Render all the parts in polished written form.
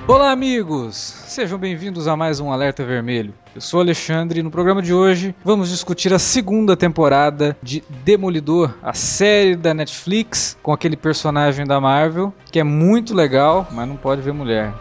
Olá, amigos! Sejam bem-vindos a mais um Alerta Vermelho. Eu sou o Alexandre e no programa de hoje vamos discutir a segunda temporada de Demolidor, a série da Netflix com aquele personagem da Marvel que é muito legal, mas não pode ver mulher.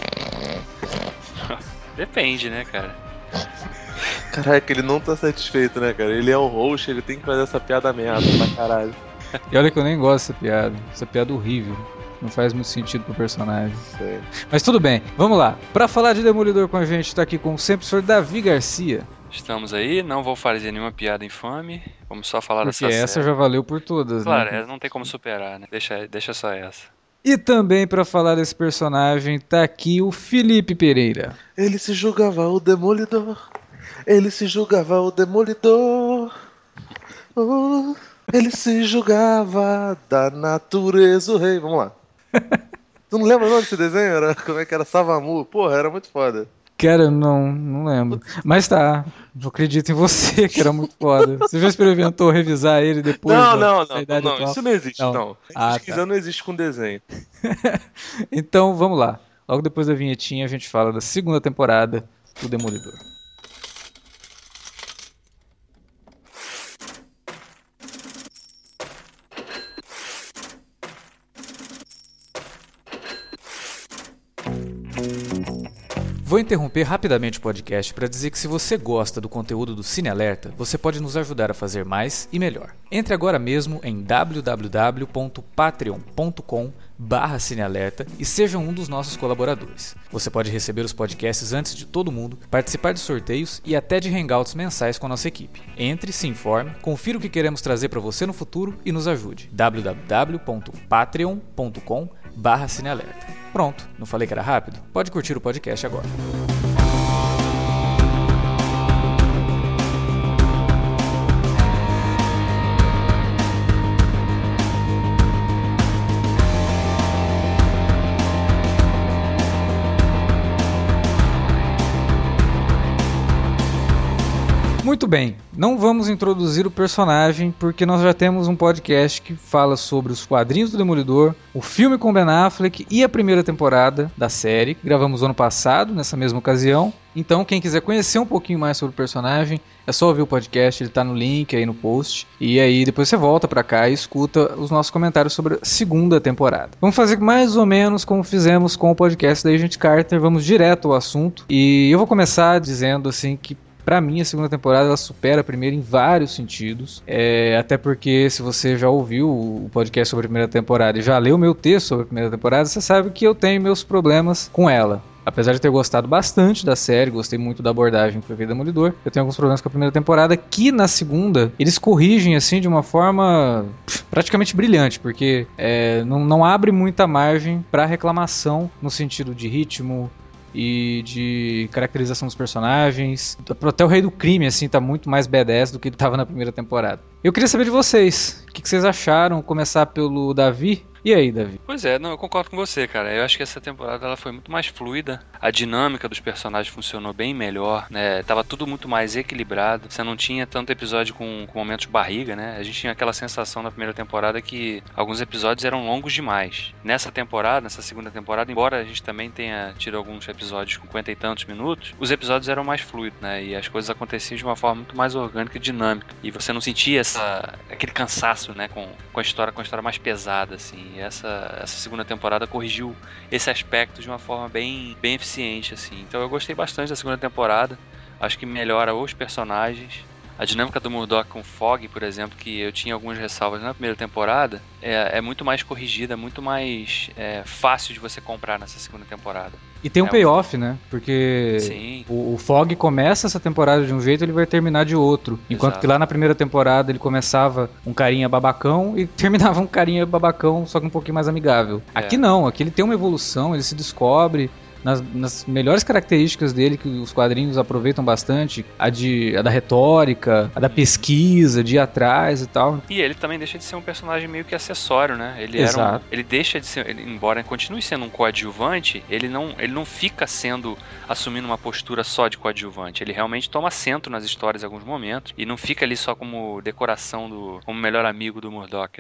Depende, né, cara? Caraca, ele não tá satisfeito, né, cara? Ele é o host, ele tem que fazer essa piada merda pra caralho. E olha que eu nem gosto dessa piada horrível. Não faz muito sentido pro personagem. Sei. Mas tudo bem, vamos lá. Pra falar de Demolidor com a gente, tá aqui como sempre o senhor Davi Garcia. Estamos aí, não vou fazer nenhuma piada infame, vamos só falar Porque dessa essa série. já valeu por todas, Claro, né? não tem como superar, né? Deixa só essa. E também pra falar desse personagem, tá aqui o Felipe Pereira. Ele se julgava o Demolidor. Ele se julgava o Demolidor. Ele se julgava da natureza o rei. Vamos lá. Tu não lembra o nome desse desenho? Como é que era? Savamu. Porra, era muito foda. Cara, não lembro. Mas tá, eu acredito em você, que era muito foda. Você já experimentou revisar ele depois da idade atual? Isso não existe, não. Pesquisando Tá. não existe com desenho. Então, vamos lá. Logo depois da vinhetinha a gente fala da segunda temporada do Demolidor. Vou interromper rapidamente o podcast para dizer que se você gosta do conteúdo do Cine Alerta, você pode nos ajudar a fazer mais e melhor. Entre agora mesmo em www.patreon.com/cinealerta e seja um dos nossos colaboradores. Você pode receber os podcasts antes de todo mundo, participar de sorteios e até de hangouts mensais com a nossa equipe. Entre, se informe, confira o que queremos trazer para você no futuro e nos ajude. www.patreon.com/cinealerta. Pronto, não falei que era rápido? Pode curtir o podcast agora. Muito bem, não vamos introduzir o personagem porque nós já temos um podcast que fala sobre os quadrinhos do Demolidor, o filme com Ben Affleck e a primeira temporada da série, que gravamos ano passado, nessa mesma ocasião. Então quem quiser conhecer um pouquinho mais sobre o personagem, é só ouvir o podcast, ele tá no link aí no post. E aí depois você volta pra cá e escuta os nossos comentários sobre a segunda temporada. Vamos fazer mais ou menos como fizemos com o podcast da Agent Carter, vamos direto ao assunto. E eu vou começar dizendo assim que pra mim, a segunda temporada ela supera a primeira em vários sentidos. Até porque, se você já ouviu o podcast sobre a primeira temporada e já leu meu texto sobre a primeira temporada, você sabe que eu tenho meus problemas com ela. Apesar de ter gostado bastante da série, gostei muito da abordagem que foi feita do Demolidor, eu tenho alguns problemas com a primeira temporada, que na segunda eles corrigem assim de uma forma praticamente brilhante, porque não abre muita margem pra reclamação no sentido de ritmo e de caracterização dos personagens. Até o Rei do Crime, assim, tá muito mais badass do que ele tava na primeira temporada. Eu queria saber de vocês, o que vocês acharam? Começar pelo Davi. E aí, Davi? Pois é, não, eu concordo com você, cara. Eu acho que essa temporada ela foi muito mais fluida. A dinâmica dos personagens funcionou bem melhor, né? Tava tudo muito mais equilibrado. Você não tinha tanto episódio com momentos de barriga, né? A gente tinha aquela sensação na primeira temporada que alguns episódios eram longos demais. Nessa segunda temporada, embora a gente também tenha tido alguns episódios com 50 e tantos minutos, os episódios eram mais fluidos, né? E as coisas aconteciam de uma forma muito mais orgânica e dinâmica. E você não sentia aquele cansaço, né? Com a história mais pesada, assim. E essa segunda temporada corrigiu esse aspecto de uma forma bem eficiente, assim. Então eu gostei bastante da segunda temporada. Acho que melhora os personagens. A dinâmica do Murdock com o Fog, por exemplo, que eu tinha algumas ressalvas na primeira temporada, é muito mais corrigida, muito mais fácil de você comprar nessa segunda temporada. E tem um payoff, né? Porque o Fog começa essa temporada de um jeito, ele vai terminar de outro. Enquanto que lá na primeira temporada ele começava um carinha babacão e terminava um carinha babacão, só que um pouquinho mais amigável. Aqui não, aqui ele tem uma evolução, ele se descobre nas melhores características dele, que os quadrinhos aproveitam bastante, a da retórica, a da pesquisa, de ir atrás e tal. E ele também deixa de ser um personagem meio que acessório, né? Ele deixa de ser, embora continue sendo um coadjuvante, ele não fica assumindo uma postura só de coadjuvante. Ele realmente toma assento nas histórias em alguns momentos e não fica ali só como decoração como melhor amigo do Murdock, né?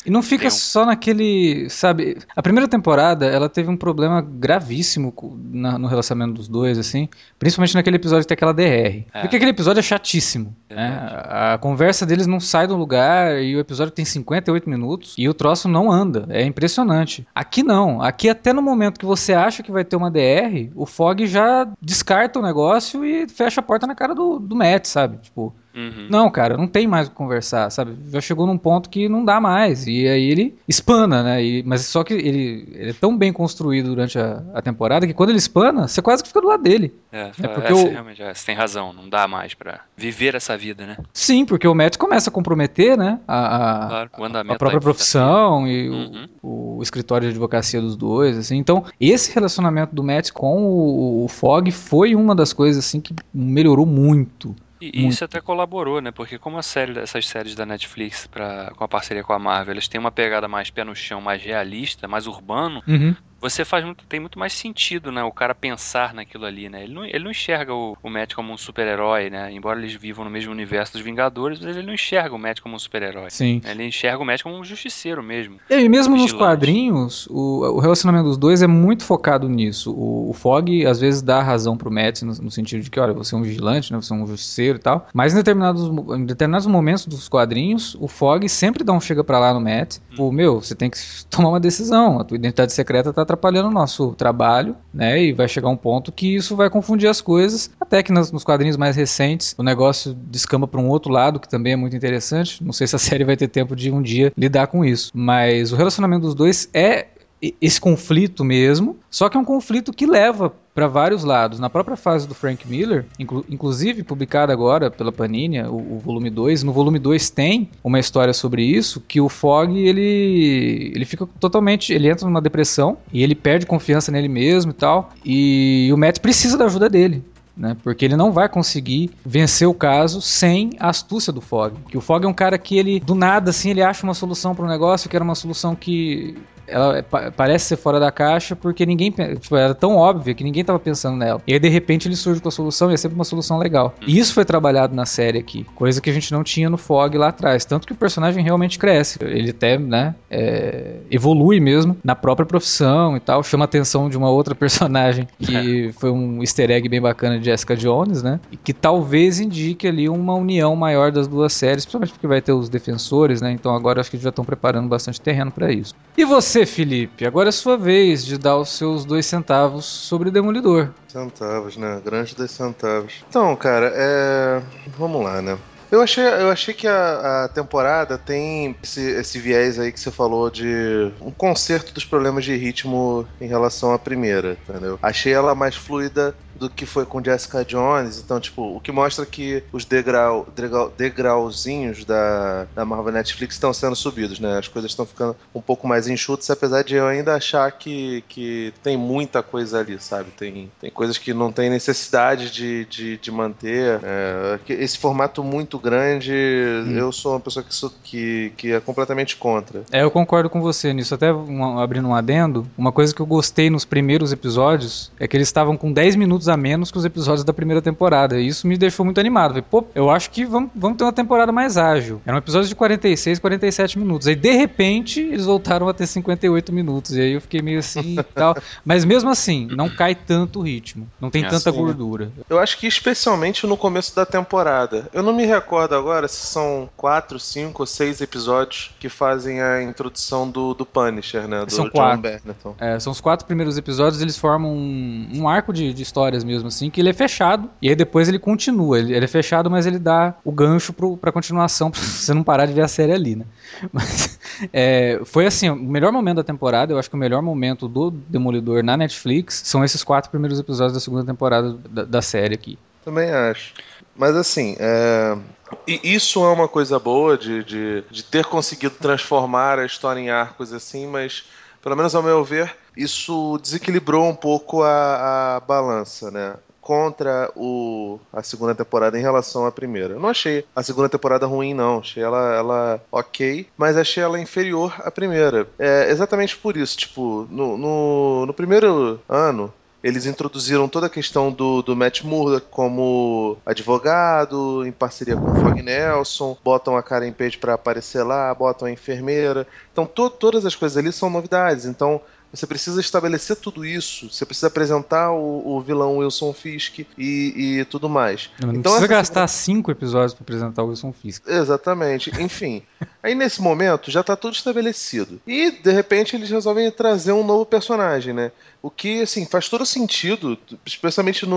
E não fica só naquele, sabe, a primeira temporada, ela teve um problema gravíssimo no relacionamento dos dois, assim, principalmente naquele episódio que tem aquela DR. Porque aquele episódio é chatíssimo, né? A conversa deles não sai do lugar e o episódio tem 58 minutos e o troço não anda, é impressionante. Aqui não, aqui até no momento que você acha que vai ter uma DR, o Fogg já descarta o negócio e fecha a porta na cara do Matt, sabe, tipo... Não, cara, não tem mais o que conversar, sabe? Já chegou num ponto que não dá mais. E aí ele espana, né? Mas só que ele é tão bem construído durante a temporada que quando ele espana, você quase que fica do lado dele. Realmente, você tem razão, não dá mais pra viver essa vida, né? Sim, porque o Matt começa a comprometer, né? Claro, o andamento a própria profissão e o escritório de advocacia dos dois, assim. Então, esse relacionamento do Matt com o Fogg foi uma das coisas, assim, que melhorou muito. E isso até colaborou, né? Porque como essas séries da Netflix com a parceria com a Marvel, eles têm uma pegada mais pé no chão, mais realista, mais urbano, tem muito mais sentido, né? O cara pensar naquilo ali, né? Ele não enxerga o Matt como um super-herói, né? Embora eles vivam no mesmo universo dos Vingadores, mas ele não enxerga o Matt como um super-herói. Sim. Ele enxerga o Matt como um justiceiro mesmo. E mesmo nos quadrinhos, o relacionamento dos dois é muito focado nisso. O Fogg, às vezes, dá razão pro Matt no sentido de que, olha, você é um vigilante, né? Você é um justiceiro e tal. Mas em determinados momentos dos quadrinhos, o Fogg sempre dá um chega pra lá no Matt. Tipo, você tem que tomar uma decisão. A tua identidade secreta tá atrapalhando o nosso trabalho, né? E vai chegar um ponto que isso vai confundir as coisas. Até que nos quadrinhos mais recentes, o negócio descamba para um outro lado, que também é muito interessante. Não sei se a série vai ter tempo de um dia lidar com isso. Mas o relacionamento dos dois é esse conflito mesmo, só que é um conflito que leva para vários lados. Na própria fase do Frank Miller, inclusive publicada agora pela Panini, o volume 2, no volume 2 tem uma história sobre isso, que o Fogg, ele fica totalmente, ele entra numa depressão e ele perde confiança nele mesmo e tal, e o Matt precisa da ajuda dele. Né, porque ele não vai conseguir vencer o caso sem a astúcia do Fogg. Que o Fogg é um cara que ele, do nada, assim, ele acha uma solução para um negócio que era uma solução que ela parece ser fora da caixa, porque ninguém, tipo, era tão óbvia que ninguém estava pensando nela. E aí, de repente, ele surge com a solução e é sempre uma solução legal. E isso foi trabalhado na série aqui, coisa que a gente não tinha no Fogg lá atrás. Tanto que o personagem realmente cresce. Ele até, né, evolui mesmo na própria profissão e tal. Chama a atenção de uma outra personagem que foi um easter egg bem bacana de Jessica Jones, né? E que talvez indique ali uma união maior das duas séries, principalmente porque vai ter os defensores, né? Então agora acho que já estão preparando bastante terreno para isso. E você, Felipe? Agora é sua vez de dar os seus 2 centavos sobre o Demolidor. Centavos, né? Grandes 2 centavos. Então, cara, vamos lá, né? Eu achei que a temporada tem esse viés aí que você falou de um conserto dos problemas de ritmo em relação à primeira, entendeu? Achei ela mais fluida do que foi com Jessica Jones, então, tipo, o que mostra que os degrauzinhos da Marvel Netflix estão sendo subidos, né? As coisas estão ficando um pouco mais enxutas, apesar de eu ainda achar que tem muita coisa ali, sabe? Tem coisas que não tem necessidade de manter. Esse formato muito grande, eu sou uma pessoa que é completamente contra. Eu concordo com você nisso. Até abrindo um adendo, uma coisa que eu gostei nos primeiros episódios é que eles estavam com 10 minutos a menos que os episódios da primeira temporada. E isso me deixou muito animado. Falei, pô, eu acho que vamos ter uma temporada mais ágil. Era um episódio de 46, 47 minutos. Aí, de repente, eles voltaram a ter 58 minutos. E aí eu fiquei meio assim e tal. Mas mesmo assim, não cai tanto o ritmo. Não tem tanta gordura. Eu acho que especialmente no começo da temporada. Eu não me recordo agora se são 4, 5 ou 6 episódios que fazem a introdução do Punisher, né? Do são John Bernthal. São os 4 primeiros episódios, eles formam um arco de histórias mesmo, assim, que ele é fechado, e aí depois ele continua. Ele é fechado, mas ele dá o gancho pra continuação, pra você não parar de ver a série ali, né? Mas foi assim, o melhor momento da temporada, eu acho que o melhor momento do Demolidor na Netflix são esses 4 primeiros episódios da segunda temporada da série aqui. Também acho. Mas assim, e isso é uma coisa boa de ter conseguido transformar a história em arcos assim, mas pelo menos ao meu ver, isso desequilibrou um pouco a balança, né? Contra a segunda temporada em relação à primeira. Eu não achei a segunda temporada ruim, não. Achei ela ok, mas achei ela inferior à primeira. Exatamente por isso. Tipo, no primeiro ano, Eles introduziram toda a questão do Matt Murdock como advogado, em parceria com o Fog Nelson, botam a Karen Page pra aparecer lá, botam a enfermeira. Então todas as coisas ali são novidades. Então você precisa estabelecer tudo isso, você precisa apresentar o vilão Wilson Fisk e tudo mais. Não então, precisa gastar 5 episódios para apresentar o Wilson Fisk. Exatamente, enfim. Aí nesse momento já tá tudo estabelecido. E de repente eles resolvem trazer um novo personagem, né? O que, assim, faz todo sentido, especialmente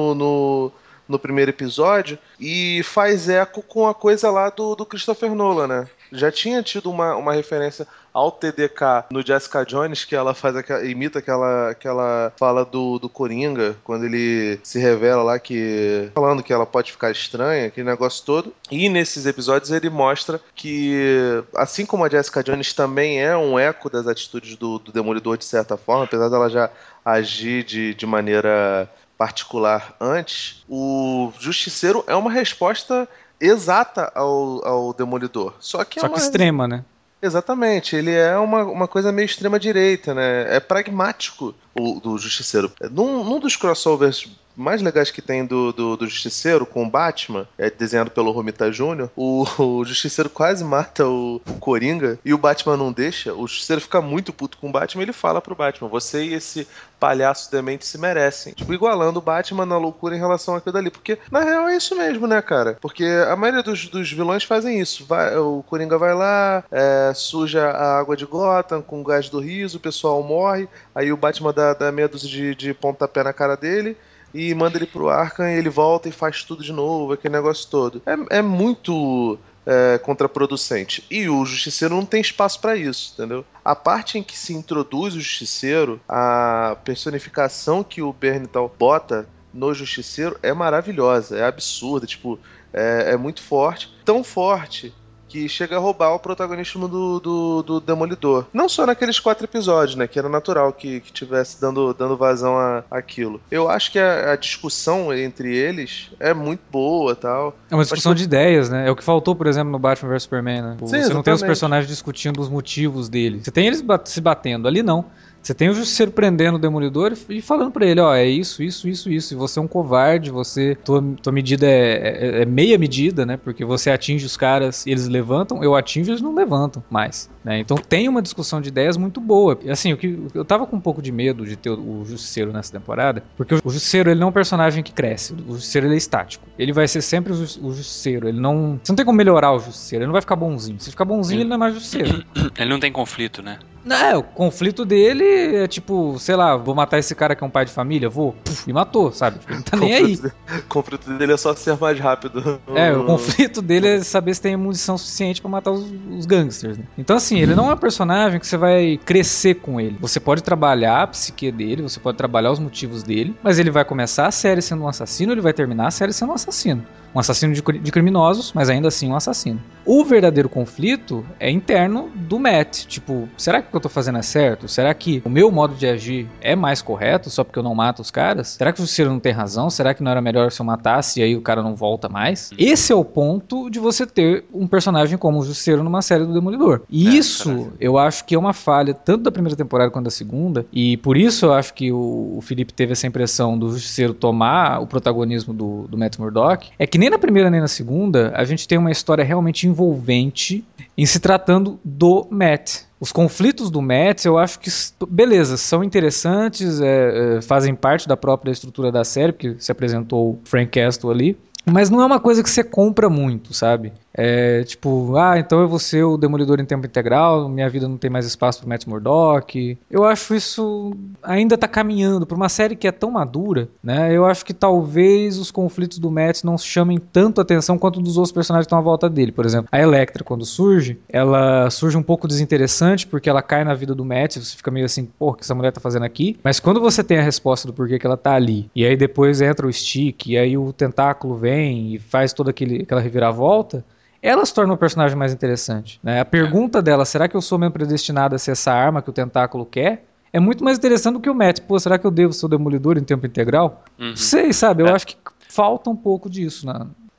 no primeiro episódio, e faz eco com a coisa lá do Christopher Nolan, né? Já tinha tido uma referência ao TDK no Jessica Jones, que ela imita aquela fala do Coringa, quando ele se revela lá falando que ela pode ficar estranha, aquele negócio todo. E nesses episódios ele mostra que, assim como a Jessica Jones também é um eco das atitudes do Demolidor de certa forma, apesar dela já agir de maneira particular antes, o Justiceiro é uma resposta exata ao Demolidor. Só que extrema, né? Exatamente, ele é uma coisa meio extrema-direita, né? É pragmático do Justiceiro. Num dos crossovers mais legais que tem do Justiceiro com o Batman, desenhado pelo Romita Jr., o Justiceiro quase mata o Coringa e o Batman não deixa. O Justiceiro fica muito puto com o Batman e ele fala pro Batman: você e esse palhaço demente se merecem. Tipo, igualando o Batman na loucura em relação àquilo dali. Porque, na real, é isso mesmo, né, cara? Porque a maioria dos vilões fazem isso. O Coringa vai lá, suja a água de Gotham com o gás do riso, o pessoal morre, aí o Batman dá meia dúzia de pontapé na cara dele e manda ele pro Arkham e ele volta e faz tudo de novo, aquele negócio todo. É muito contraproducente. E o Justiceiro não tem espaço pra isso, entendeu? A parte em que se introduz o Justiceiro, a personificação que o Bernthal bota no Justiceiro é maravilhosa, é absurda, tipo, é muito forte. Tão forte que chega a roubar o protagonismo do Demolidor. Não só naqueles 4 episódios, né? Que era natural que tivesse dando vazão àquilo. Eu acho que a discussão entre eles é muito boa e tal. É uma discussão de ideias, né? É o que faltou, por exemplo, no Batman vs Superman, né? Sim, você exatamente. não tem os personagens discutindo os motivos deles. Você tem eles se batendo. Ali não. Você tem o Justiceiro prendendo o Demolidor e falando pra ele, ó, é isso, isso, isso, isso. E você é um covarde, tua medida é meia medida, né? Porque você atinge os caras e eles levantam, eu atingo e eles não levantam mais, né? Então tem uma discussão de ideias muito boa. E assim, eu tava com um pouco de medo de ter o Justiceiro nessa temporada, porque o Justiceiro, ele não é um personagem que cresce. O Justiceiro, ele é estático. Ele vai ser sempre o Justiceiro. Ele não... Você não tem como melhorar o Justiceiro. Ele não vai ficar bonzinho. Se ficar bonzinho, ele não é mais Justiceiro. Ele não tem conflito, né? Não, o conflito dele é tipo, sei lá, vou matar esse cara que é um pai de família, e matou, sabe? Ele não tá nem aí. O conflito dele é só ser mais rápido. O conflito dele é saber se tem munição suficiente pra matar os gangsters, né? Então assim, ele não é um personagem que você vai crescer com ele. Você pode trabalhar a psique dele, você pode trabalhar os motivos dele, mas ele vai começar a série sendo um assassino, ele vai terminar a série sendo um assassino. Um assassino de criminosos, mas ainda assim um assassino. O verdadeiro conflito é interno do Matt. Tipo, será que o que eu tô fazendo é certo? Será que o meu modo de agir é mais correto só porque eu não mato os caras? Será que o Justiceiro não tem razão? Será que não era melhor se eu matasse e aí o cara não volta mais? Esse é o ponto de você ter um personagem como o Justiceiro numa série do Demolidor. E isso, eu acho que é uma falha tanto da primeira temporada quanto da segunda. E por isso eu acho que o Felipe teve essa impressão do Justiceiro tomar o protagonismo do Matt Murdock. É que nem na primeira nem na segunda a gente tem uma história realmente envolvente em se tratando do Matt. Os conflitos do Matt, eu acho que, beleza, são interessantes, fazem parte da própria estrutura da série, porque se apresentou o Frank Castle ali, mas não é uma coisa que você compra muito, sabe? Tipo, então eu vou ser o Demolidor em tempo integral, minha vida não tem mais espaço pro Matt Murdock. Eu acho isso ainda tá caminhando pra uma série que é tão madura, né? Eu acho que talvez os conflitos do Matt não chamem tanto atenção quanto dos outros personagens que estão à volta dele. Por exemplo, a Elektra, quando surge, ela surge um pouco desinteressante porque ela cai na vida do Matt, você fica meio assim, pô, o que essa mulher tá fazendo aqui? Mas quando você tem a resposta do porquê que ela tá ali, e aí depois entra o Stick, e aí o tentáculo vem e faz toda aquela reviravolta, ela se torna um personagem mais interessante, né? A pergunta dela, será que eu sou mesmo predestinado a ser essa arma que o tentáculo quer? É muito mais interessante do que o Matt. Pô, será que eu devo ser o Demolidor em tempo integral? Sei, sabe? Eu acho que falta um pouco disso, né?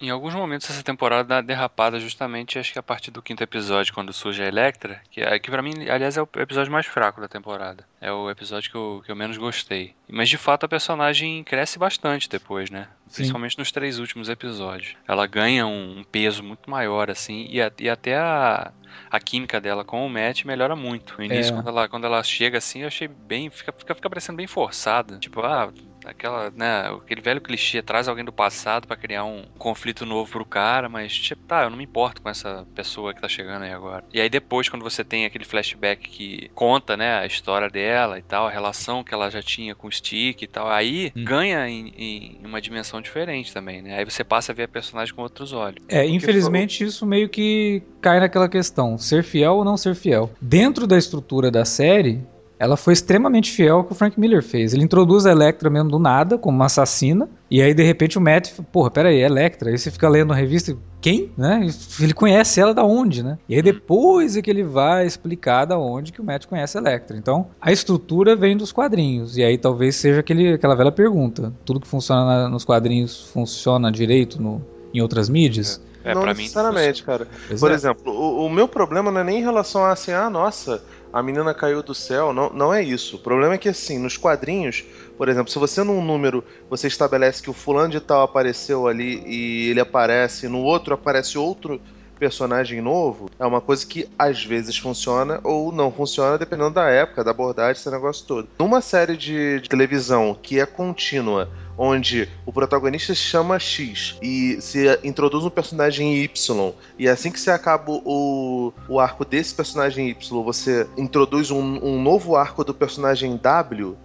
Em alguns momentos essa temporada dá derrapada justamente, acho que a partir do 5º episódio, quando surge a Elektra, que pra mim, aliás, é o episódio mais fraco da temporada. É o episódio que eu menos gostei. Mas de fato a personagem cresce bastante depois, né? Principalmente nos 3 últimos episódios. Ela ganha um peso muito maior, assim, e até a química dela com o Matt melhora muito. No início, quando ela chega assim, eu achei bem. Fica parecendo bem forçada. Tipo, aquela, né, aquele velho clichê, traz alguém do passado pra criar um conflito novo pro cara, mas tipo, eu não me importo com essa pessoa que tá chegando aí agora. E aí depois, quando você tem aquele flashback que conta, né, a história dela e tal, a relação que ela já tinha com o Stick e tal, aí ganha em uma dimensão diferente também, né? Aí você passa a ver a personagem com outros olhos. Infelizmente isso meio que cai naquela questão, ser fiel ou não ser fiel. Dentro da estrutura da série, ela foi extremamente fiel ao que o Frank Miller fez. Ele introduz a Elektra mesmo do nada, como uma assassina, e aí de repente o Matt, porra, peraí, Elektra, aí você fica lendo a revista, quem? Né? Ele conhece ela da onde, né? E aí depois é que ele vai explicar da onde que o Matt conhece a Elektra. Então, a estrutura vem dos quadrinhos, e aí talvez seja aquela velha pergunta, tudo que funciona nos quadrinhos funciona direito em outras mídias? Não pra necessariamente, mim, cara. Por exemplo, o meu problema não é nem em relação a assim, nossa, a menina caiu do céu. Não é isso. O problema é que, assim, nos quadrinhos, por exemplo, se você num número, você estabelece que o fulano de tal apareceu ali e ele aparece, no outro aparece outro personagem novo, é uma coisa que às vezes funciona ou não funciona, dependendo da época, da abordagem, esse negócio todo. Numa série de televisão que é contínua, onde o protagonista se chama X e se introduz um personagem Y, e assim que você acaba o arco desse personagem Y, você introduz um novo arco do personagem W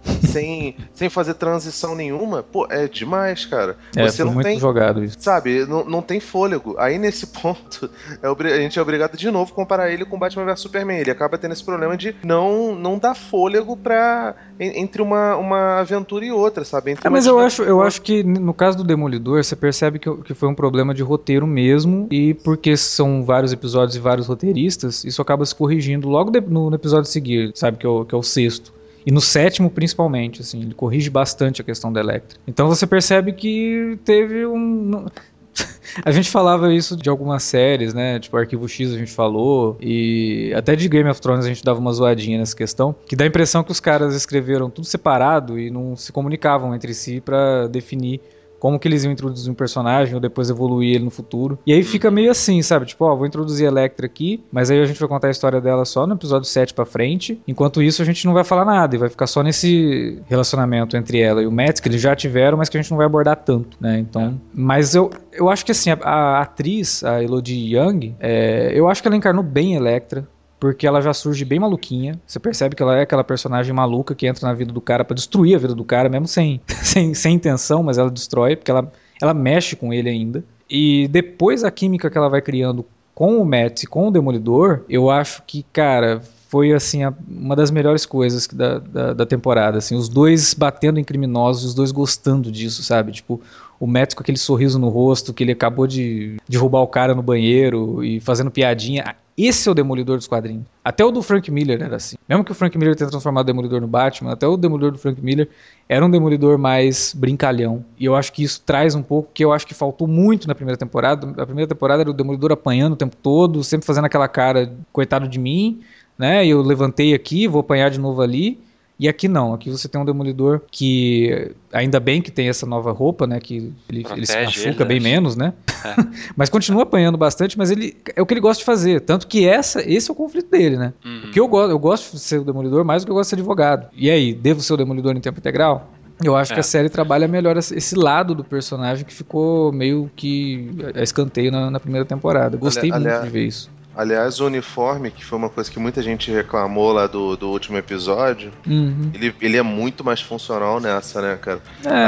sem fazer transição nenhuma, pô, é demais, cara. Você não muito tem, jogado isso. sabe, não tem fôlego. Aí nesse ponto, a gente é obrigado de novo a comparar ele com Batman vs Superman. Ele acaba tendo esse problema de não dar fôlego entre uma aventura e outra, sabe? Mas eu acho que no caso do Demolidor, você percebe que foi um problema de roteiro mesmo, e porque são vários episódios e vários roteiristas, isso acaba se corrigindo logo no episódio seguinte, sabe, que é o 6º. E no 7º, principalmente, assim, ele corrige bastante a questão da Elektra. Então você percebe que teve A gente falava isso de algumas séries, né? Tipo Arquivo X a gente falou, e até de Game of Thrones a gente dava uma zoadinha nessa questão, que dá a impressão que os caras escreveram tudo separado e não se comunicavam entre si pra definir como que eles iam introduzir um personagem ou depois evoluir ele no futuro. E aí fica meio assim, sabe? Tipo, vou introduzir a Elektra aqui, mas aí a gente vai contar a história dela só no episódio 7 pra frente. Enquanto isso, a gente não vai falar nada e vai ficar só nesse relacionamento entre ela e o Matt, que eles já tiveram, mas que a gente não vai abordar tanto, né? Então, mas eu acho que assim, a atriz, a Elodie Yung, eu acho que ela encarnou bem a Elektra, porque ela já surge bem maluquinha. Você percebe que ela é aquela personagem maluca que entra na vida do cara pra destruir a vida do cara, mesmo sem intenção, mas ela destrói, porque ela mexe com ele ainda. E depois a química que ela vai criando com o Matt e com o Demolidor, eu acho que, cara, foi assim uma das melhores coisas da temporada, assim, os dois batendo em criminosos, os dois gostando disso, sabe? Tipo, o Matt com aquele sorriso no rosto, que ele acabou de roubar o cara no banheiro e fazendo piadinha. Esse é o Demolidor dos quadrinhos. Até o do Frank Miller era assim. Mesmo que o Frank Miller tenha transformado o Demolidor no Batman, até o Demolidor do Frank Miller era um Demolidor mais brincalhão. E eu acho que isso traz um pouco, que eu acho que faltou muito na primeira temporada. A primeira temporada era o Demolidor apanhando o tempo todo, sempre fazendo aquela cara, coitado de mim, né? Eu levantei aqui, vou apanhar de novo ali. E aqui não, aqui você tem um Demolidor que, ainda bem que tem essa nova roupa, né, que ele se machuca bem menos, né, mas continua apanhando bastante, mas é o que ele gosta de fazer, tanto que esse é o conflito dele, né, porque eu gosto de ser o Demolidor mais do que eu gosto de ser advogado. E aí, devo ser o Demolidor em tempo integral? Eu acho que a série trabalha melhor esse lado do personagem que ficou meio que a escanteio na primeira temporada. Gostei muito de ver isso. Aliás, o uniforme, que foi uma coisa que muita gente reclamou lá do último episódio, ele é muito mais funcional nessa, né, cara?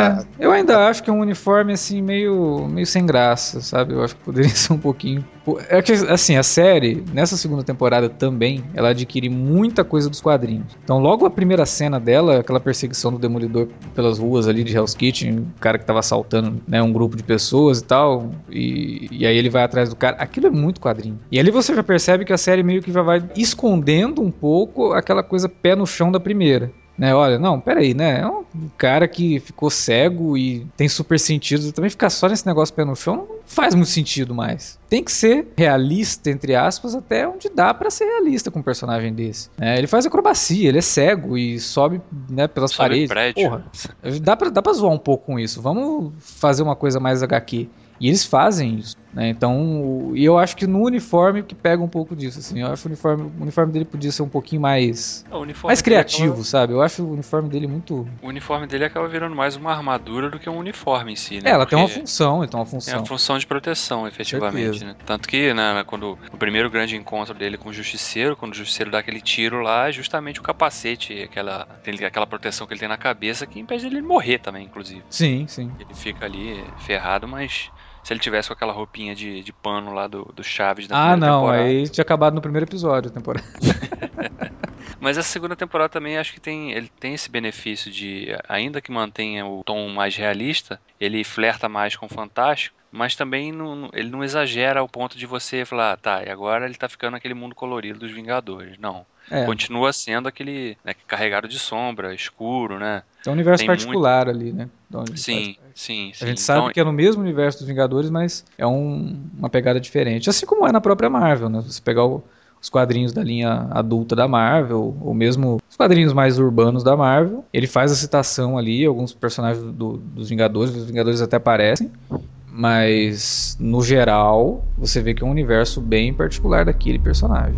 Eu ainda acho que é um uniforme, assim, meio sem graça, sabe? Eu acho que poderia ser um pouquinho... É que, assim, a série, nessa segunda temporada também, ela adquire muita coisa dos quadrinhos. Então, logo a primeira cena dela, aquela perseguição do Demolidor pelas ruas ali de Hell's Kitchen, o cara que tava assaltando, né, um grupo de pessoas e tal, e aí ele vai atrás do cara. Aquilo é muito quadrinho. E ali você já percebe que a série meio que já vai escondendo um pouco aquela coisa pé no chão da primeira. Né, olha, não, peraí, né? É um cara que ficou cego e tem super sentido. Também ficar só nesse negócio pé no chão não faz muito sentido mais. Tem que ser realista, entre aspas, até onde dá pra ser realista com um personagem desse. Ele faz acrobacia, ele é cego e sobe, né, pelas paredes. Prédio. Porra, dá pra zoar um pouco com isso. Vamos fazer uma coisa mais HQ. E eles fazem isso, né? Então, e eu acho que no uniforme que pega um pouco disso, assim. Eu acho que o uniforme dele podia ser um pouquinho mais criativo, sabe? Eu acho o uniforme dele muito... O uniforme dele acaba virando mais uma armadura do que um uniforme em si, né? Ela tem uma função, então Tem uma função de proteção, efetivamente, né? Tanto que, né, quando o primeiro grande encontro dele com o Justiceiro, quando o Justiceiro dá aquele tiro lá, é justamente o capacete, aquela proteção que ele tem na cabeça que impede ele de morrer também, inclusive. Sim. Ele fica ali ferrado, mas... Se ele tivesse com aquela roupinha de pano lá do Chaves da primeira temporada... aí tinha acabado no primeiro episódio da temporada. Mas a segunda temporada também acho que ele tem esse benefício de, ainda que mantenha o tom mais realista, ele flerta mais com o fantástico, mas também ele não exagera ao ponto de você falar, tá, e agora ele tá ficando aquele mundo colorido dos Vingadores. Não. Continua sendo aquele, né, carregado de sombra, escuro, né? É um universo particular ali, né? Sim. A gente sabe que é no mesmo universo dos Vingadores, mas é uma pegada diferente. Assim como é na própria Marvel, né? Se você pegar os quadrinhos da linha adulta da Marvel, ou mesmo os quadrinhos mais urbanos da Marvel, ele faz a citação ali, alguns personagens dos Vingadores, os Vingadores até aparecem, mas no geral, você vê que é um universo bem particular daquele personagem.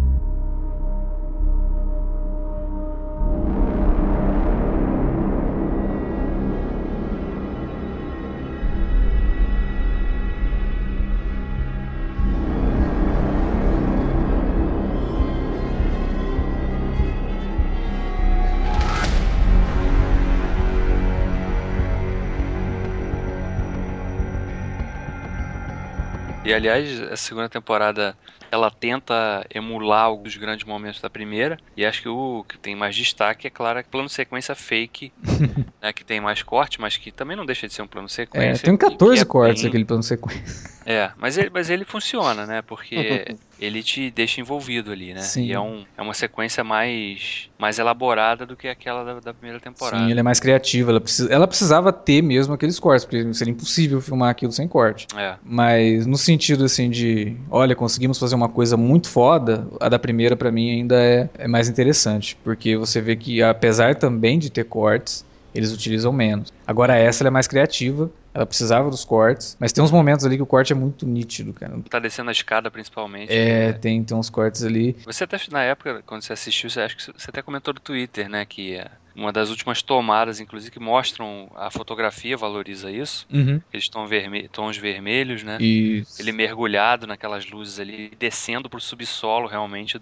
E aliás, a segunda temporada ela tenta emular alguns grandes momentos da primeira, e acho que o que tem mais destaque é, claro, o plano sequência fake, né, que tem mais corte, mas que também não deixa de ser um plano sequência. Tem 14 cortes aquele plano sequência. Mas ele funciona, né, porque ele te deixa envolvido ali, né, Sim. e é uma sequência mais elaborada do que aquela da primeira temporada. Sim, ela é mais criativa, ela precisava ter mesmo aqueles cortes, porque seria impossível filmar aquilo sem corte. Mas no sentido assim de, olha, conseguimos fazer uma coisa muito foda, a da primeira pra mim ainda é mais interessante, porque você vê que apesar também de ter cortes, eles utilizam menos. Agora essa ela é mais criativa, ela precisava dos cortes, mas tem uns momentos ali que o corte é muito nítido, cara. Tá descendo a escada, principalmente. Tem uns cortes ali. Você até, na época, quando você assistiu, acho que você até comentou no Twitter, né, que uma das últimas tomadas, inclusive, que mostram a fotografia, valoriza isso. Aqueles tons vermelhos, né? Isso. Ele mergulhado naquelas luzes ali, descendo pro subsolo, realmente,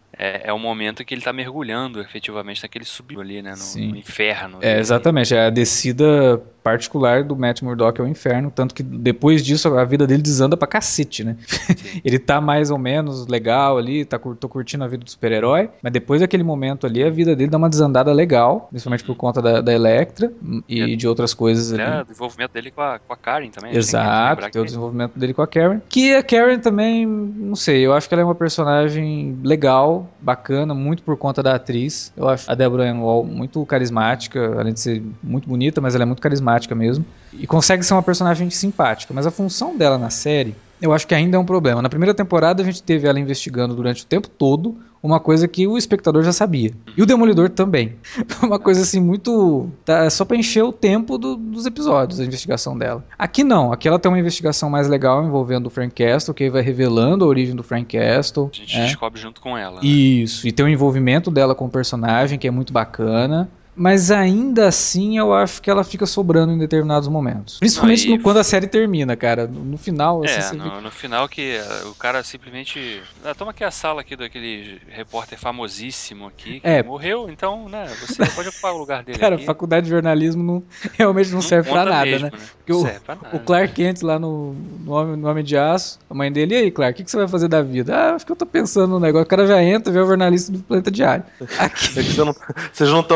é o momento em que ele tá mergulhando, efetivamente, naquele subsolo ali, né, no inferno. Exatamente, é a descida particular do Matt Murdock ao inferno, tanto que depois disso a vida dele desanda pra cacete, né? Ele tá mais ou menos legal ali, tô curtindo a vida do super-herói, mas depois daquele momento ali a vida dele dá uma desandada legal, principalmente por conta da Elektra e de outras coisas ali. O desenvolvimento dele com a Karen também. Exato, tem o desenvolvimento dele com a Karen, que a Karen também, não sei, eu acho que ela é uma personagem legal, bacana, muito por conta da atriz. Eu acho a Deborah Ann Woll muito carismática, além de ser muito bonita, mas ela é muito carismática mesmo, e consegue ser uma personagem simpática, mas a função dela na série, eu acho que ainda é um problema. Na primeira temporada a gente teve ela investigando durante o tempo todo uma coisa que o espectador já sabia, e o Demolidor também. Uma coisa assim muito... só pra encher o tempo dos episódios, a investigação dela. Aqui não, aqui ela tem uma investigação mais legal envolvendo o Frank Castle, que aí vai revelando a origem do Frank Castle. A gente descobre junto com ela. Isso, e tem o envolvimento dela com o personagem, que é muito bacana. Mas ainda assim eu acho que ela fica sobrando em determinados momentos. Principalmente quando a série termina, cara. No final... Assim, no final que o cara simplesmente... toma aqui a sala aqui daquele repórter famosíssimo aqui, que morreu, então, né, você pode ocupar o lugar dele. Cara, aqui. A faculdade de jornalismo realmente não serve pra nada, mesmo, né? Porque o Clark Kent lá no Homem de Aço, a mãe dele, e aí, Clark, o que você vai fazer da vida? Acho que eu tô pensando no negócio. O cara já entra, vê o jornalista do Planeta Diário. Aqui. Vocês não estão vendo, tem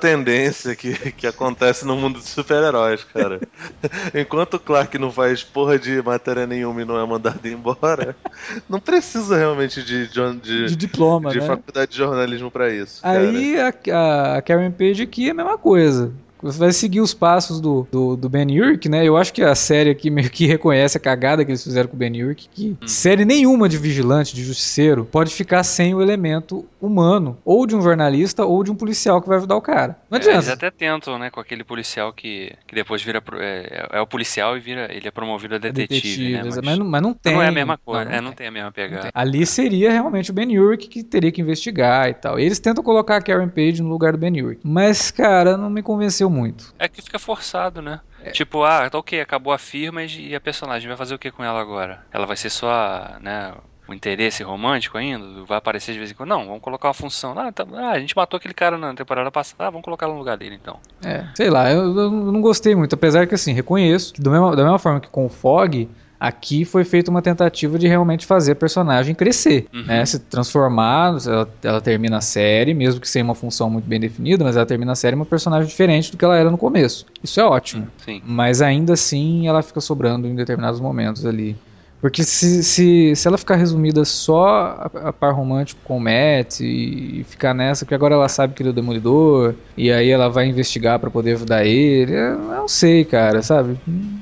independência que acontece no mundo dos super-heróis, cara. Enquanto o Clark não faz porra de matéria nenhuma e não é mandado embora, não precisa realmente de diploma, de né? faculdade de jornalismo pra isso. Aí a Karen Page aqui é a mesma coisa. Você vai seguir os passos do Ben Urich, né? Eu acho que a série aqui meio que reconhece a cagada que eles fizeram com o Ben Urich, que série nenhuma de vigilante, de justiceiro, pode ficar sem o elemento humano, ou de um jornalista, ou de um policial que vai ajudar o cara. Não adianta. Eles até tentam, né, com aquele policial que depois vira... É o policial e ele é promovido a detetive, né? Mas não tem. Não é a mesma coisa, não tem a mesma pegada. Ali seria realmente o Ben Urich que teria que investigar e tal. Eles tentam colocar a Karen Page no lugar do Ben Urich. Mas, cara, não me convenceu muito. É que fica forçado, né? Tipo, tá ok, acabou a firma e a personagem vai fazer o que com ela agora? Ela vai ser só, né, o interesse romântico ainda? Vai aparecer de vez em quando? Não, vamos colocar uma função. A gente matou aquele cara na temporada passada, vamos colocar no lugar dele, então. Sei lá, eu não gostei muito, apesar que, assim, reconheço que da mesma forma que com o Fog, aqui foi feita uma tentativa de realmente fazer a personagem crescer, né? Se transformar, ela termina a série, mesmo que sem uma função muito bem definida, mas ela termina a série uma personagem diferente do que ela era no começo. Isso é ótimo. Sim. Mas ainda assim ela fica sobrando em determinados momentos ali. Porque se ela ficar resumida só a par romântico com o Matt e ficar nessa, porque agora ela sabe que ele é o Demolidor, e aí ela vai investigar pra poder ajudar ele, eu não sei, cara, sabe?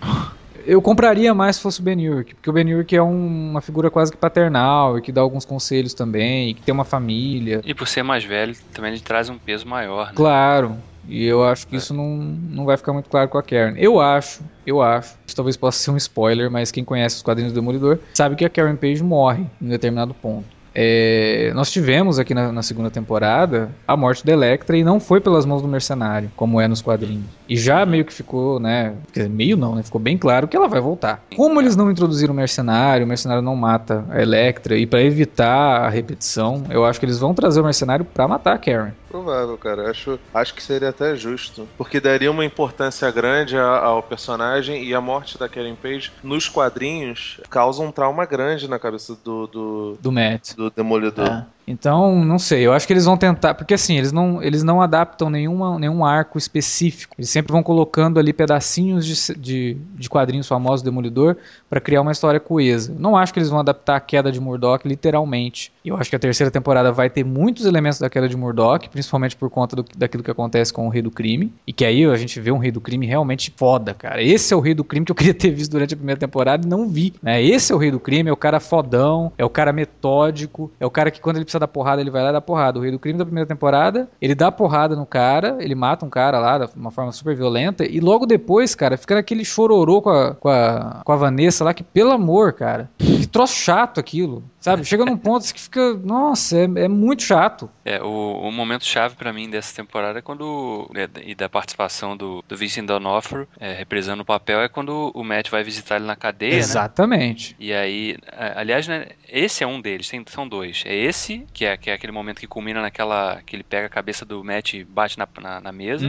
Eu compraria mais se fosse o Ben Urich, porque o Ben Urich é uma figura quase que paternal e que dá alguns conselhos também, e que tem uma família. E por ser mais velho, também ele traz um peso maior, né? Claro, e eu acho que isso não vai ficar muito claro com a Karen. Eu acho, isso talvez possa ser um spoiler, mas quem conhece os quadrinhos do Demolidor sabe que a Karen Page morre em um determinado ponto. Nós tivemos aqui na segunda temporada a morte da Elektra e não foi pelas mãos do mercenário, como é nos quadrinhos. E já meio que ficou, né? Meio não, né? Ficou bem claro que ela vai voltar. Como eles não introduziram o mercenário não mata a Elektra, e pra evitar a repetição, eu acho que eles vão trazer o mercenário pra matar a Karen. Provável, cara. Acho que seria até justo. Porque daria uma importância grande ao personagem, e a morte da Karen Page nos quadrinhos causa um trauma grande na cabeça do Matt. Do Demolidor. Então, não sei, eu acho que eles vão tentar, porque assim, eles não adaptam nenhum arco específico, eles sempre vão colocando ali pedacinhos de quadrinhos famosos do Demolidor pra criar uma história coesa. Não acho que eles vão adaptar a queda de Murdock literalmente. Eu acho que a terceira temporada vai ter muitos elementos da queda de Murdock, principalmente por conta daquilo que acontece com o Rei do Crime, e que aí a gente vê um Rei do Crime realmente foda, cara. Esse é o Rei do Crime que eu queria ter visto durante a primeira temporada e não vi, né? Esse é o Rei do Crime, é o cara fodão, é o cara metódico, é o cara que quando ele precisa dar porrada, ele vai lá e dá porrada. O Rei do Crime da primeira temporada, ele dá porrada no cara, ele mata um cara lá de uma forma super violenta, e logo depois, cara, fica naquele chororô com a Vanessa lá, que pelo amor, cara, que troço chato aquilo, sabe? Chega num ponto que fica, nossa, é muito chato. O momento chave pra mim dessa temporada é quando, e da participação do Vincent D'Onofrio, reprisando o papel, é quando o Matt vai visitar ele na cadeia, Exatamente. Né? E aí, aliás, né, esse é um deles, são dois. É esse, que é aquele momento que culmina naquela, que ele pega a cabeça do Matt e bate na mesa,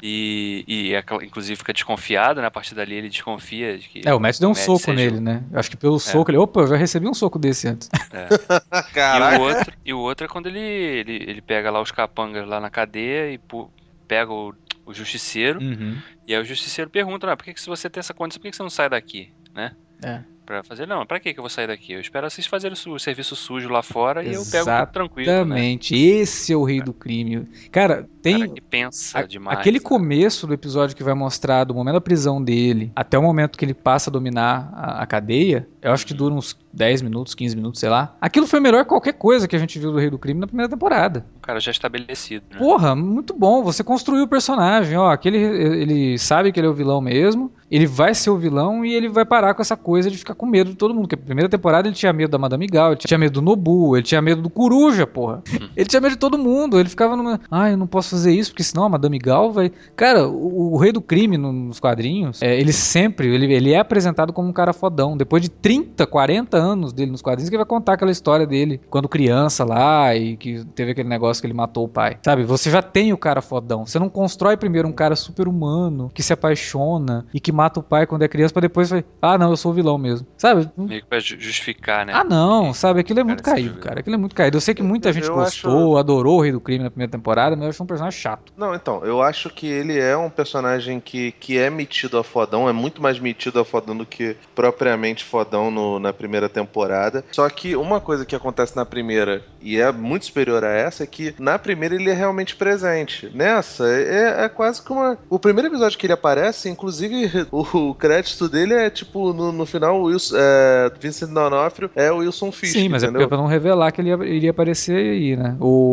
e inclusive fica desconfiado, né? A partir dali ele desconfia de que... O Matt deu um soco nele, né? Eu acho que pelo soco ele, opa, eu já recebi um soco desse antes. E o outro é quando ele pega lá os capangas lá na cadeia e pega o justiceiro, e aí o justiceiro pergunta, por que se você tem essa condição, por que você não sai daqui, né? Pra fazer, não, pra que eu vou sair daqui? Eu espero vocês fazerem o serviço sujo lá fora e eu pego tudo tranquilo. Exatamente, né? Esse é o Rei do Crime. Cara, tem... Cara que pensa demais. Aquele começo do episódio que vai mostrar do momento da prisão dele até o momento que ele passa a dominar a cadeia, eu acho que dura uns 10 minutos, 15 minutos, sei lá. Aquilo foi melhor que qualquer coisa que a gente viu do Rei do Crime na primeira temporada. O cara já estabelecido, né? Porra, muito bom. Você construiu o personagem, ó. Ele sabe que ele é o vilão mesmo, ele vai ser o vilão e ele vai parar com essa coisa de ficar com medo de todo mundo. Porque na primeira temporada ele tinha medo da Madame Gal, ele tinha medo do Nobu, ele tinha medo do Coruja, porra. Ele tinha medo de todo mundo. Ele ficava numa... eu não posso fazer isso, porque senão a Madame Gal vai... Cara, o Rei do Crime nos quadrinhos, ele é apresentado como um cara fodão. Depois de 30, 40 anos dele nos quadrinhos, que ele vai contar aquela história dele quando criança lá e que teve aquele negócio que ele matou o pai. Sabe? Você já tem o cara fodão. Você não constrói primeiro um cara super humano, que se apaixona e que mata o pai quando é criança, pra depois não, eu sou o vilão mesmo. sabe? Meio que pra justificar, né? Ah, não, sabe? Aquilo é muito Cara, caído, cara. Aquilo é muito caído. Eu sei que muita gente gostou, adorou o Rei do Crime na primeira temporada, mas eu acho um personagem chato. Não, então, eu acho que ele é um personagem que é metido a fodão, é muito mais metido a fodão do que propriamente fodão na primeira temporada. Só que uma coisa que acontece na primeira, e é muito superior a essa, é que na primeira ele é realmente presente. Nessa, é quase que uma... O primeiro episódio que ele aparece, inclusive, o crédito dele é tipo, no final, o Vincent D'Onofrio é o Wilson Fisk. Sim, mas entendeu? É pra não revelar que ele iria aparecer aí, né?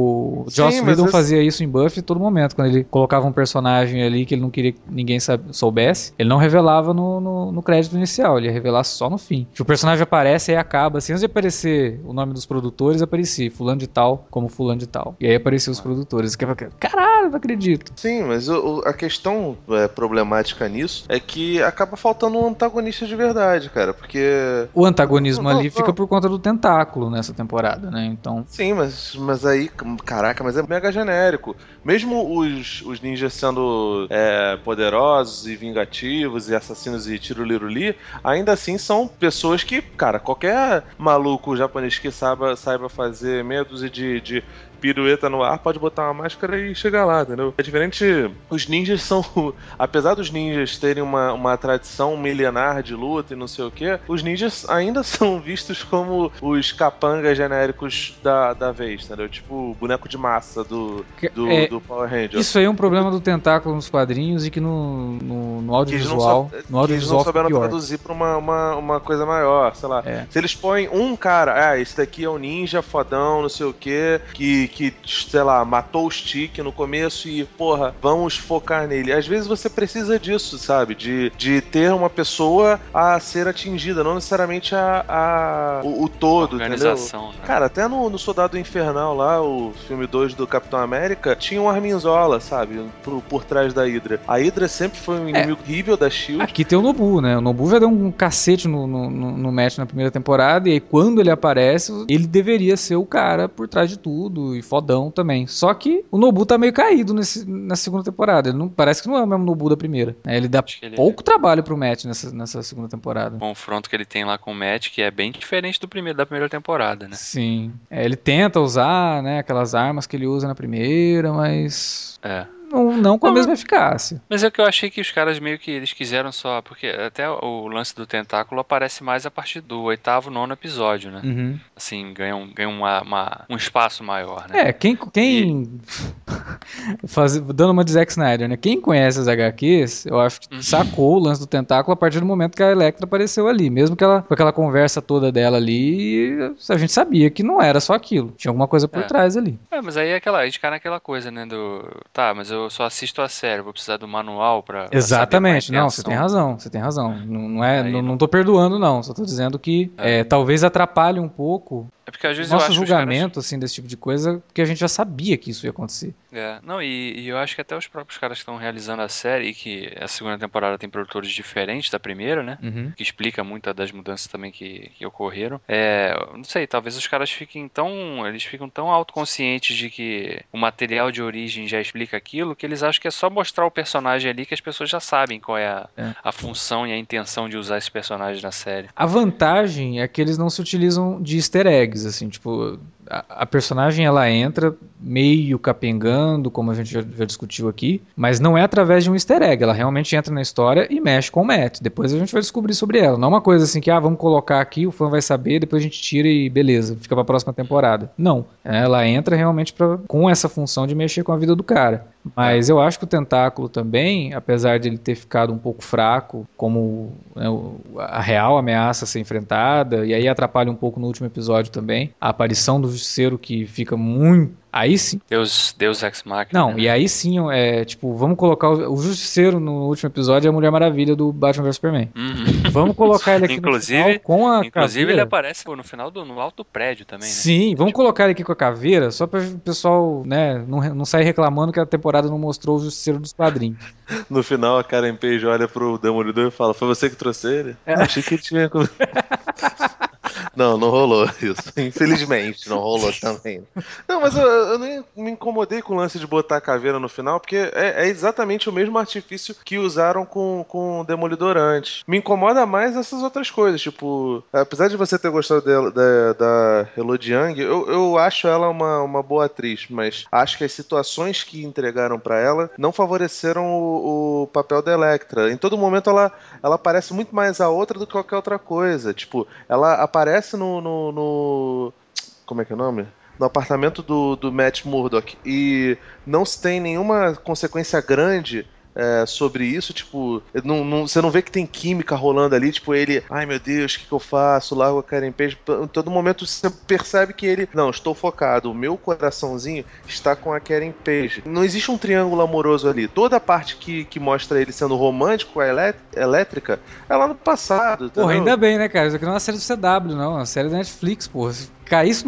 O Joss Whedon fazia isso em Buffy todo momento, quando ele colocava um personagem ali que ele não queria que ninguém soubesse, ele não revelava no crédito inicial, ele ia revelar só no fim. Se o personagem aparece, aí acaba, assim, antes de aparecer o nome dos produtores, aparecia fulano de tal como fulano de tal. E aí apareciam os produtores. Caralho, não acredito. Sim, mas a questão problemática nisso é que acaba faltando um antagonista de verdade, cara, porque... O antagonismo ali fica por conta do tentáculo nessa temporada, né? Então... Sim, mas aí, caraca, mas é mega genérico. Mesmo os ninjas sendo poderosos e vingativos e assassinos e tiruliruli, ainda assim são pessoas que, cara, qualquer maluco japonês que saiba fazer meia dúzia de pirueta no ar, pode botar uma máscara e chegar lá, entendeu? É diferente, os ninjas são... Apesar dos ninjas terem uma tradição milenar de luta e não sei o que, os ninjas ainda são vistos como os capangas genéricos da vez, entendeu? Tipo, boneco de massa do Power Ranger. Isso aí é um problema do tentáculo nos quadrinhos e que no audiovisual... Eles não souberam traduzir pra uma coisa maior, sei lá. Se eles põem um cara, esse daqui é um ninja fodão, não sei o que sei lá, matou o Stick no começo e, porra, vamos focar nele. Às vezes você precisa disso, sabe? De ter uma pessoa a ser atingida, não necessariamente o todo, organização, entendeu? Né? Cara, até no Soldado Infernal lá, o filme 2 do Capitão América, tinha um Arminzola, sabe? Por trás da Hydra. A Hydra sempre foi um inimigo horrível da SHIELD. Aqui tem o Nobu, né? O Nobu já deu um cacete no match na primeira temporada, e aí quando ele aparece, ele deveria ser o cara por trás de tudo, e fodão também. Só que o Nobu tá meio caído na segunda temporada. Ele parece que não é o mesmo Nobu da primeira. Ele dá pouco trabalho pro Matt nessa segunda temporada. O confronto que ele tem lá com o Matt, que é bem diferente da primeira temporada, né? Sim. Ele tenta usar, né, aquelas armas que ele usa na primeira, mas... Não com a mesma eficácia. Mas é que eu achei que os caras meio que eles quiseram só... Porque até o lance do tentáculo aparece mais a partir do 8º, 9º episódio, né? Uhum. Assim, ganha um espaço maior, né? Dando uma de Zack Snyder, né? Quem conhece as HQs, eu acho que sacou o lance do tentáculo a partir do momento que a Elektra apareceu ali. Mesmo que com aquela conversa toda dela ali, a gente sabia que não era só aquilo. Tinha alguma coisa por trás ali. Mas aí a gente cai naquela coisa, né? Tá, mas eu só assisto a série, vou precisar do manual pra Exatamente, não, você tem razão. Não tô perdoando, não. Só tô dizendo que talvez atrapalhe um pouco É porque às vezes nosso eu acho julgamento, caras... assim, desse tipo de coisa, porque a gente já sabia que isso ia acontecer. Não, e eu acho que até os próprios caras que estão realizando a série, e que a segunda temporada tem produtores diferentes da primeira, né? Uhum. Que explica muitas das mudanças também que ocorreram. Não sei, talvez os caras fiquem tão autoconscientes de que o material de origem já explica aquilo, que eles acham que é só mostrar o personagem ali que as pessoas já sabem qual é a função e a intenção de usar esse personagem na série. A vantagem é que eles não se utilizam de easter eggs, assim, tipo, a personagem ela entra meio capengando, como a gente já discutiu aqui, mas não é através de um easter egg, ela realmente entra na história e mexe com o Matt. Depois a gente vai descobrir sobre ela. Não é uma coisa assim que, vamos colocar aqui, o fã vai saber, depois a gente tira e beleza, fica pra próxima temporada. Não. Ela entra realmente com essa função de mexer com a vida do cara. Mas eu acho que o Tentáculo também, apesar de ele ter ficado um pouco fraco, como a real ameaça a ser enfrentada, e aí atrapalha um pouco no último episódio também, a aparição do Justiceiro que fica muito... Aí sim. Deus Ex Machina. Não, né? E aí sim, vamos colocar o Justiceiro no último episódio é a Mulher Maravilha do Batman vs Superman. Uhum. Vamos colocar ele aqui no final com a caveira. Ele aparece no final no alto do prédio também, né? Sim, vamos colocar ele aqui com a caveira, só para o pessoal, né, não sair reclamando que a temporada não mostrou o Justiceiro dos quadrinhos. No final, a Karen Page olha pro Demolidor e fala: foi você que trouxe ele? Achei que ele tinha... Não rolou isso. Infelizmente, não rolou também. Não, mas eu nem me incomodei com o lance de botar a caveira no final, porque é exatamente o mesmo artifício que usaram com o Demolidor antes. Me incomoda mais essas outras coisas, tipo, apesar de você ter gostado da Elodie Yang, eu acho ela uma boa atriz, mas acho que as situações que entregaram pra ela não favoreceram o papel da Elektra. Em todo momento ela parece muito mais a outra do que qualquer outra coisa. Tipo, ela aparece no como é que é o nome? No apartamento do Matt Murdock e não se tem nenhuma consequência grande sobre isso, tipo, você não vê que tem química rolando ali, tipo, ele, ai meu Deus, o que eu faço? Largo a Karen Page. Em todo momento você percebe que ele, não, estou focado, o meu coraçãozinho está com a Karen Page. Não existe um triângulo amoroso ali. Toda a parte que mostra ele sendo romântico com a Elétrica é lá no passado. Porra, entendeu? ainda bem, né, cara? Isso aqui não é uma série do CW, não, é uma série da Netflix, porra. Caísse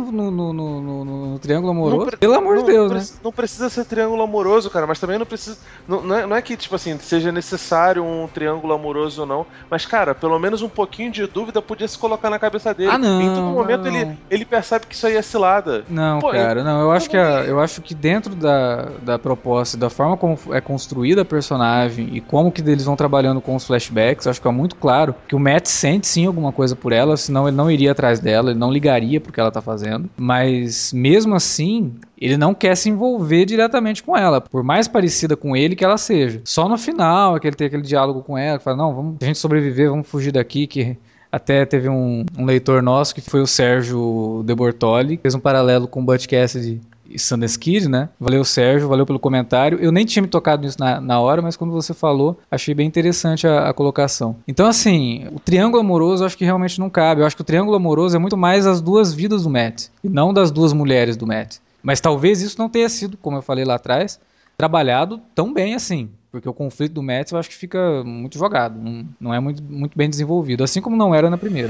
no triângulo amoroso, pelo amor de Deus, né? Não precisa ser triângulo amoroso, cara, mas também não precisa. Não é que, tipo assim, seja necessário um triângulo amoroso ou não, mas, cara, pelo menos um pouquinho de dúvida podia se colocar na cabeça dele. Ah, não, em todo momento ele percebe que isso aí é cilada. Não, pô, cara, não. Eu acho que dentro da proposta, da forma como é construída a personagem e como que eles vão trabalhando com os flashbacks, eu acho que é muito claro que o Matt sente sim alguma coisa por ela, senão ele não iria atrás dela, ele não ligaria porque ela tá fazendo, mas mesmo assim ele não quer se envolver diretamente com ela, por mais parecida com ele que ela seja. Só no final é que ele tem aquele diálogo com ela, que fala, não, vamos, a gente sobreviver, vamos fugir daqui, que até teve um leitor nosso que foi o Sérgio De Bortoli, que fez um paralelo com o Butch Cassidy e Sundance Kid, né? Valeu, Sérgio, valeu pelo comentário. Eu nem tinha me tocado nisso na hora, mas quando você falou, achei bem interessante a colocação. Então, assim, o triângulo amoroso eu acho que realmente não cabe. Eu acho que o triângulo amoroso é muito mais as duas vidas do Matt, e não das duas mulheres do Matt. Mas talvez isso não tenha sido, como eu falei lá atrás, trabalhado tão bem assim. Porque o conflito do Matt eu acho que fica muito jogado, não é muito bem desenvolvido, assim como não era na primeira.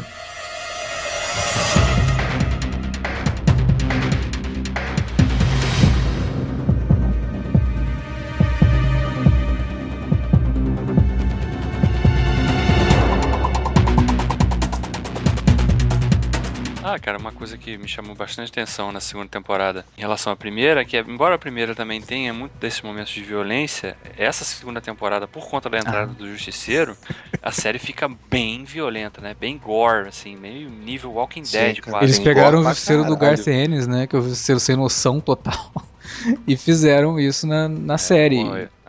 Cara, uma coisa que me chamou bastante atenção na segunda temporada em relação à primeira, que embora a primeira também tenha muito desses momentos de violência, essa segunda temporada, por conta da entrada do Justiceiro, a série fica bem violenta, né? Bem gore, assim, meio nível Walking Dead, cara, quase. Eles pegaram o Justiceiro do Garth Ennis, né? Que é o Justiceiro sem noção total. E fizeram isso na série.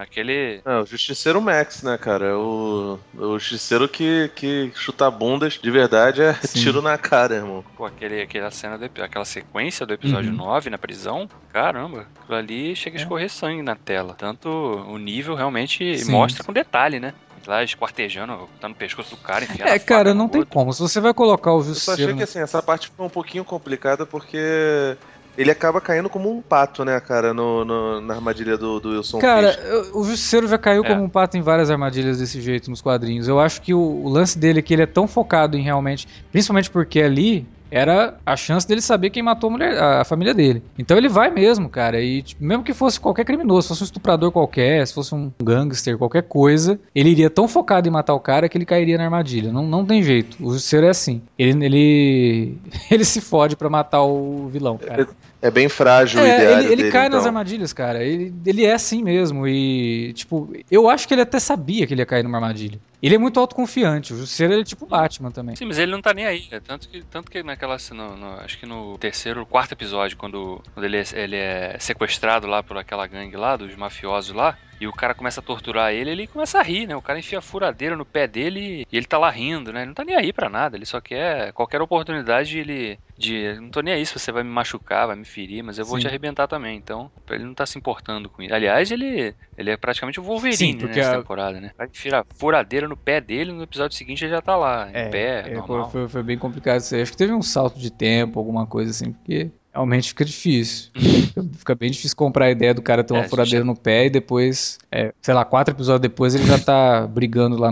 O Justiceiro Max, né, cara? O Justiceiro que chuta bundas de verdade é Sim. Tiro na cara, irmão. Pô, aquela sequência do episódio 9 na prisão, caramba, aquilo ali chega a escorrer sangue na tela. Tanto o nível realmente mostra com detalhe, né? Lá esquartejando, tá no pescoço do cara, enfiando cara, não tem como. Se você vai colocar o Justiceiro... Eu só achei que assim, essa parte foi um pouquinho complicada porque... Ele acaba caindo como um pato, né, cara, na armadilha do Wilson Fisk. Cara, o Justiceiro já caiu como um pato em várias armadilhas desse jeito nos quadrinhos. Eu acho que o lance dele é que ele é tão focado em realmente... Principalmente porque ali era a chance dele saber quem matou a família dele. Então ele vai mesmo, cara. E tipo, mesmo que fosse qualquer criminoso, se fosse um estuprador qualquer, se fosse um gangster, qualquer coisa, ele iria tão focado em matar o cara que ele cairia na armadilha. Não tem jeito. O Justiceiro é assim. Ele se fode pra matar o vilão, cara. É bem frágil o ideário ele dele, cai então. nas armadilhas, cara. Ele é assim mesmo. E, tipo, eu acho que ele até sabia que ele ia cair numa armadilha. Ele é muito autoconfiante. O Justiceiro ele é tipo Batman também. Sim, mas ele não tá nem aí. Né? Tanto que naquela... acho que no terceiro ou quarto episódio, quando ele é sequestrado lá por aquela gangue lá, dos mafiosos lá, e o cara começa a torturar ele começa a rir, né? O cara enfia a furadeira no pé dele e ele tá lá rindo, né? Ele não tá nem aí pra nada. Ele só quer qualquer oportunidade não tô nem aí se você vai me machucar, vai me ferir, mas eu vou te arrebentar também. Então, ele não tá se importando com isso. Aliás, ele é praticamente o Wolverine, né, nessa temporada, né? Vai enfiar a furadeira no pé dele, no episódio seguinte ele já tá lá, em pé, normal. Foi bem complicado isso aí. Acho que teve um salto de tempo, alguma coisa assim, porque realmente fica difícil. Fica bem difícil comprar a ideia do cara ter uma furadeira no pé e depois, sei lá, 4 episódios depois ele já tá brigando lá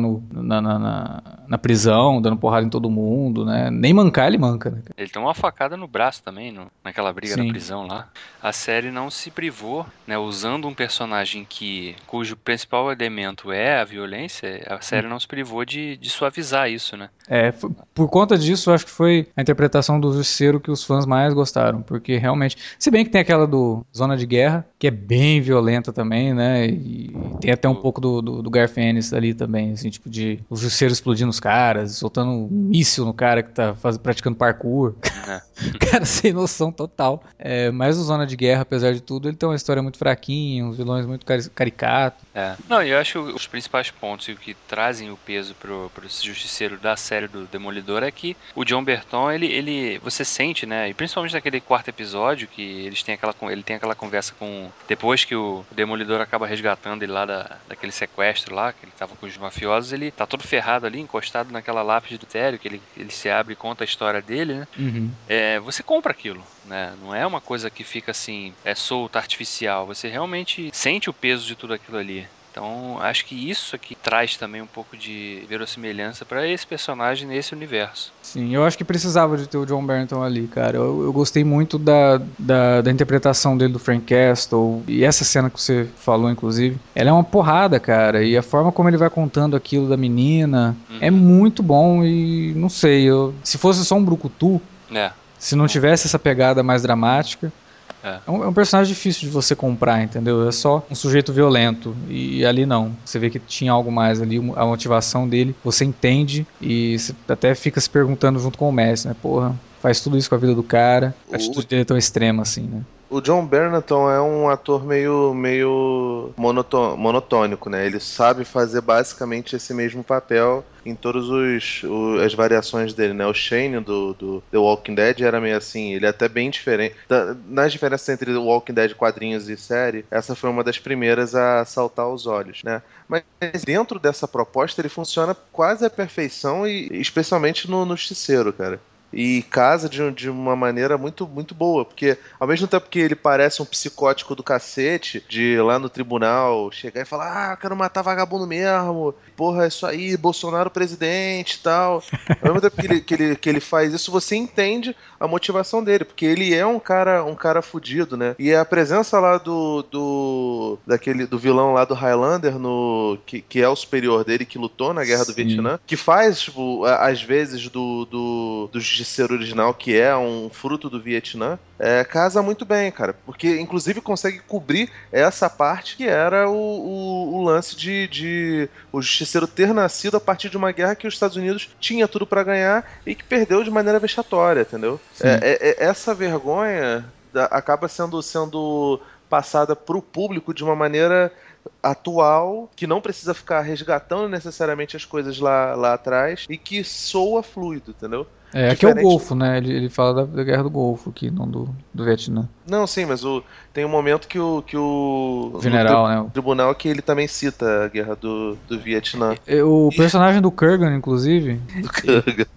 na prisão, dando porrada em todo mundo, né? Nem mancar ele manca, né? Ele tem uma facada no braço também, naquela briga Sim. na prisão lá. A série não se privou, né? Usando um personagem cujo principal elemento é a violência, a série não se privou de suavizar isso, né? Por conta disso, eu acho que foi a interpretação do Justiceiro que os fãs mais gostaram, porque realmente, se bem que tem aquela do Zona de Guerra, que é bem violenta também, né, e tem até um pouco do Garth Ennis ali também, assim, tipo de o Justiceiro explodindo os caras, soltando um míssil no cara que tá praticando parkour. Cara, sem noção total. Mas o Zona de Guerra, apesar de tudo, ele tem uma história muito fraquinha, uns vilões muito caricatos. Não, eu acho que os principais pontos e o que trazem o peso pro Justiceiro da série do Demolidor é que o John Berton, ele você sente, né, e principalmente naquele 4º episódio que ele tem aquela conversa com, depois que o Demolidor acaba resgatando ele lá daquele sequestro lá, que ele tava com os mafiosos, ele tá todo ferrado ali, encostado naquela lápide do Tério, que ele se abre e conta a história dele, né? Uhum. Você compra aquilo, né? Não é uma coisa que fica assim, solta, artificial. Você realmente sente o peso de tudo aquilo ali. Então, acho que isso aqui traz também um pouco de verossimilhança pra esse personagem nesse universo. Sim, eu acho que precisava de ter o John Barrington ali, cara. Eu gostei muito da interpretação dele do Frank Castle, e essa cena que você falou, inclusive, ela é uma porrada, cara, e a forma como ele vai contando aquilo da menina é muito bom, e não sei, se fosse só um brucutu, se não tivesse essa pegada mais dramática, é um personagem difícil de você comprar, entendeu? É só um sujeito violento. E ali não. Você vê que tinha algo mais ali, a motivação dele, você entende e você até fica se perguntando junto com o Messi, né? Porra, faz tudo isso com a vida do cara. A atitude dele é tão extrema assim, né? O John Bernthal é um ator meio monotônico, né? Ele sabe fazer basicamente esse mesmo papel em todas as variações dele, né? O Shane do The Walking Dead era meio assim, ele é até bem diferente. Nas diferenças entre The Walking Dead, quadrinhos e série, essa foi uma das primeiras a saltar aos olhos, né? Mas dentro dessa proposta ele funciona quase à perfeição, e especialmente no Justiceiro, cara. E casa de uma maneira muito, muito boa, porque ao mesmo tempo que ele parece um psicótico do cacete, de ir lá no tribunal chegar e falar, quero matar vagabundo mesmo, porra, é isso aí, Bolsonaro presidente e tal. Ao mesmo tempo que ele faz isso, você entende a motivação dele, porque ele é um cara fudido, né? E a presença lá do vilão lá do Highlander, que é o superior dele, que lutou na Guerra do Vietnã, que faz, tipo, às vezes do Justiceiro original, que é um fruto do Vietnã, casa muito bem, cara, porque inclusive consegue cobrir essa parte que era o lance de o Justiceiro ter nascido a partir de uma guerra que os Estados Unidos tinha tudo pra ganhar e que perdeu de maneira vexatória, entendeu? Essa vergonha acaba sendo passada pro público de uma maneira atual, que não precisa ficar resgatando necessariamente as coisas lá atrás, e que soa fluido, entendeu? Aqui é o Golfo, né? Ele fala da Guerra do Golfo aqui, não do Vietnã. Não, sim, mas tem um momento que o general, né? tribunal, que ele também cita a Guerra do Vietnã. O personagem do Kurgan, inclusive, Do Kurgan.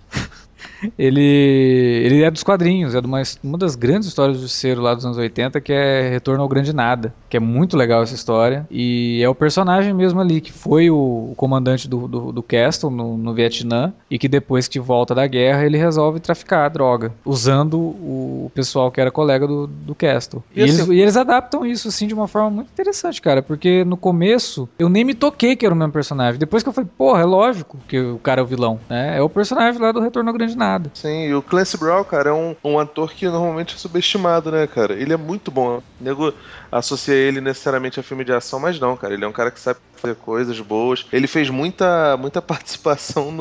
Ele é dos quadrinhos, é de uma das grandes histórias do Justiceiro lá dos anos 80, que é Retorno ao Grande Nada, que é muito legal essa história, e é o personagem mesmo ali, que foi o comandante do Castle no Vietnã, e que depois que volta da guerra, ele resolve traficar droga, usando o pessoal que era colega do Castle. E eles adaptam isso, assim, de uma forma muito interessante, cara, porque no começo, eu nem me toquei que era o mesmo personagem, depois que eu falei, porra, é lógico que o cara é o vilão, né? É o personagem lá do Retorno ao Grande Nada. Sim, e o Clancy Brown, cara, é um ator que normalmente é subestimado, né, cara? Ele é muito bom. O nego associa ele necessariamente a filme de ação, mas não, cara. Ele é um cara que sabe fazer coisas boas. Ele fez muita participação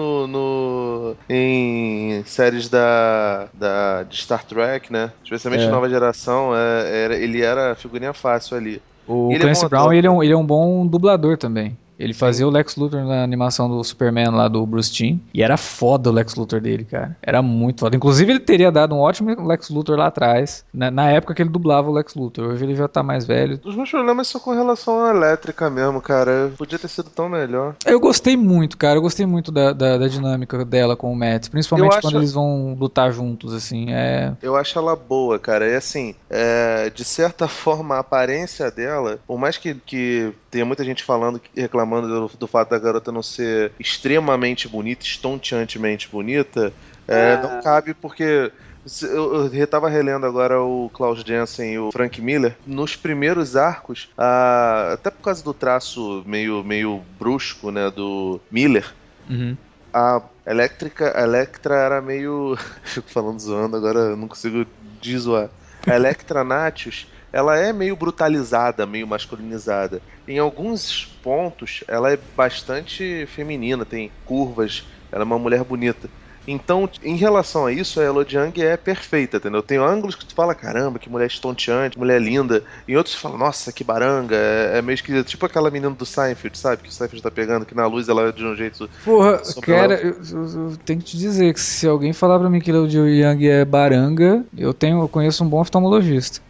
em séries de Star Trek, né? Especialmente Nova Geração. Ele era figurinha fácil ali. O Clancy Brown, ele é um bom dublador também. Ele fazia o Lex Luthor na animação do Superman lá do Bruce Timm. E era foda o Lex Luthor dele, cara. Era muito foda. Inclusive, ele teria dado um ótimo Lex Luthor lá atrás, na época que ele dublava o Lex Luthor. Hoje ele já tá mais velho. Os meus problemas são com relação à elétrica mesmo, cara. Podia ter sido tão melhor. Eu gostei muito, cara. Eu gostei muito da dinâmica dela com o Matt. Principalmente quando eles vão lutar juntos, assim. Eu acho ela boa, cara. E assim, de certa forma, a aparência dela, por mais que tenha muita gente falando, reclamando do fato da garota não ser extremamente bonita, estonteantemente bonita, não cabe porque... Eu tava relendo agora o Klaus Janson e o Frank Miller. Nos primeiros arcos, até por causa do traço meio brusco, né, do Miller, a Elektra era meio... Fico falando zoando, agora eu não consigo desoar. A Elektra Natchius, ela é meio brutalizada, meio masculinizada. Em alguns pontos, ela é bastante feminina, tem curvas, ela é uma mulher bonita. Então, em relação a isso, a Elo Jiang é perfeita, entendeu? Tem ângulos que tu fala, caramba, que mulher estonteante, mulher linda. Em outros tu fala, nossa, que baranga, é meio esquisito. Tipo aquela menina do Seinfeld, sabe? Que o Seinfeld tá pegando, que na luz ela é de um jeito... Porra, cara, eu tenho que te dizer que se alguém falar pra mim que Elo Jiang é baranga, eu conheço um bom oftalmologista.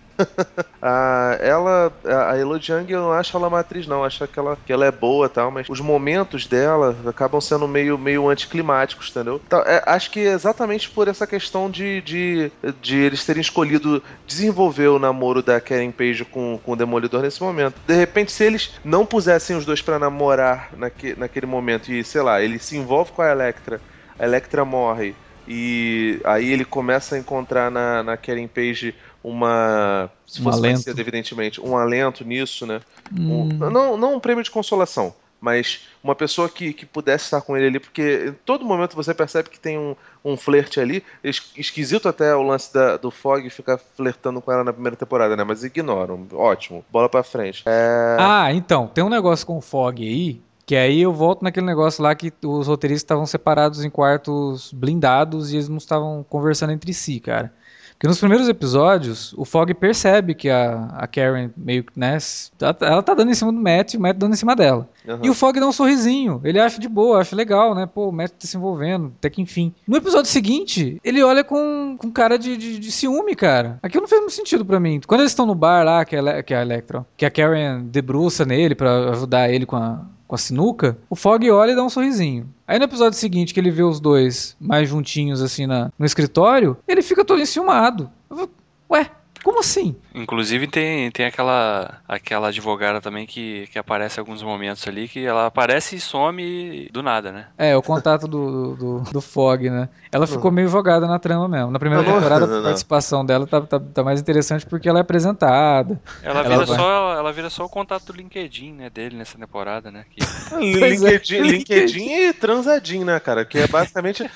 A Elo Jiang, eu não acho ela uma atriz, não. Eu acho que ela é boa e tal, mas os momentos dela acabam sendo meio anticlimáticos, entendeu? Então, acho que exatamente por essa questão de eles terem escolhido desenvolver o namoro da Karen Page com o Demolidor nesse momento. De repente, se eles não pusessem os dois pra namorar naquele momento e, sei lá, ele se envolve com a Elektra morre, e aí ele começa a encontrar na Karen Page se fosse mais cedo, evidentemente, um alento nisso, né? Não um prêmio de consolação, mas uma pessoa que pudesse estar com ele ali, porque em todo momento você percebe que tem um flerte ali. Esquisito até o lance do Fog ficar flertando com ela na primeira temporada, né? Mas ignoram. Ótimo. Bola pra frente. Então, tem um negócio com o Fog aí, que aí eu volto naquele negócio lá que os roteiristas estavam separados em quartos blindados e eles não estavam conversando entre si, cara. Porque nos primeiros episódios, o Fog percebe que a Karen meio que, né, ela tá dando em cima do Matt e o Matt dando em cima dela. Uhum. E o Fog dá um sorrisinho, ele acha de boa, acha legal, né, pô, o Matt tá se envolvendo, até que enfim. No episódio seguinte, ele olha com cara de ciúme, cara. Aquilo não fez muito sentido pra mim. Quando eles estão no bar lá, que a Elektra, que a Karen debruça nele pra ajudar ele com a sinuca, o Fog olha e dá um sorrisinho. Aí no episódio seguinte, que ele vê os dois mais juntinhos assim no escritório, ele fica todo enciumado. Ué, como assim? Inclusive tem aquela advogada também que aparece em alguns momentos ali, que ela aparece e some do nada, né? O contato do Fog, né? Ela ficou meio jogada na trama mesmo. Na primeira temporada, a participação dela tá mais interessante porque ela é apresentada. Ela vira só o contato do LinkedIn, né, dele nessa temporada, né? LinkedIn e transadinho, né, cara? Que é basicamente,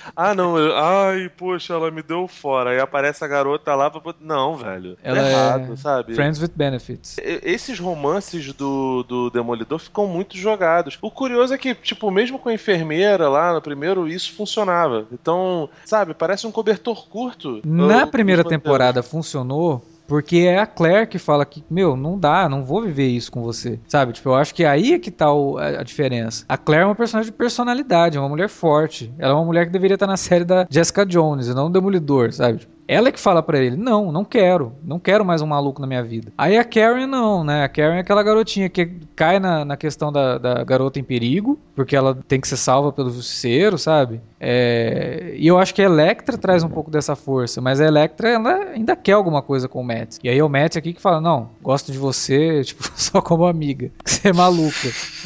poxa, ela me deu fora. Aí aparece a garota lá, não, velho. Ela errado, sabe? Friends with Benefits. Esses romances do Demolidor ficam muito jogados. O curioso é que, tipo, mesmo com a enfermeira lá no primeiro, isso funcionava. Então, sabe, parece um cobertor curto. Na primeira temporada funcionou porque é a Claire que fala que, não dá, não vou viver isso com você, sabe? Tipo, eu acho que aí é que tá a diferença. A Claire é uma personagem de personalidade, é uma mulher forte. Ela é uma mulher que deveria estar na série da Jessica Jones e não do Demolidor, sabe? Ela é que fala pra ele, não quero mais um maluco na minha vida. Aí a Karen não, né? A Karen é aquela garotinha que cai na questão da garota em perigo, porque ela tem que ser salva pelo justiceiro, sabe? E eu acho que a Elektra traz um pouco dessa força, mas a Elektra, ela ainda quer alguma coisa com o Matt. E aí é o Matt aqui que fala, não, gosto de você, tipo, só como amiga, que você é maluca.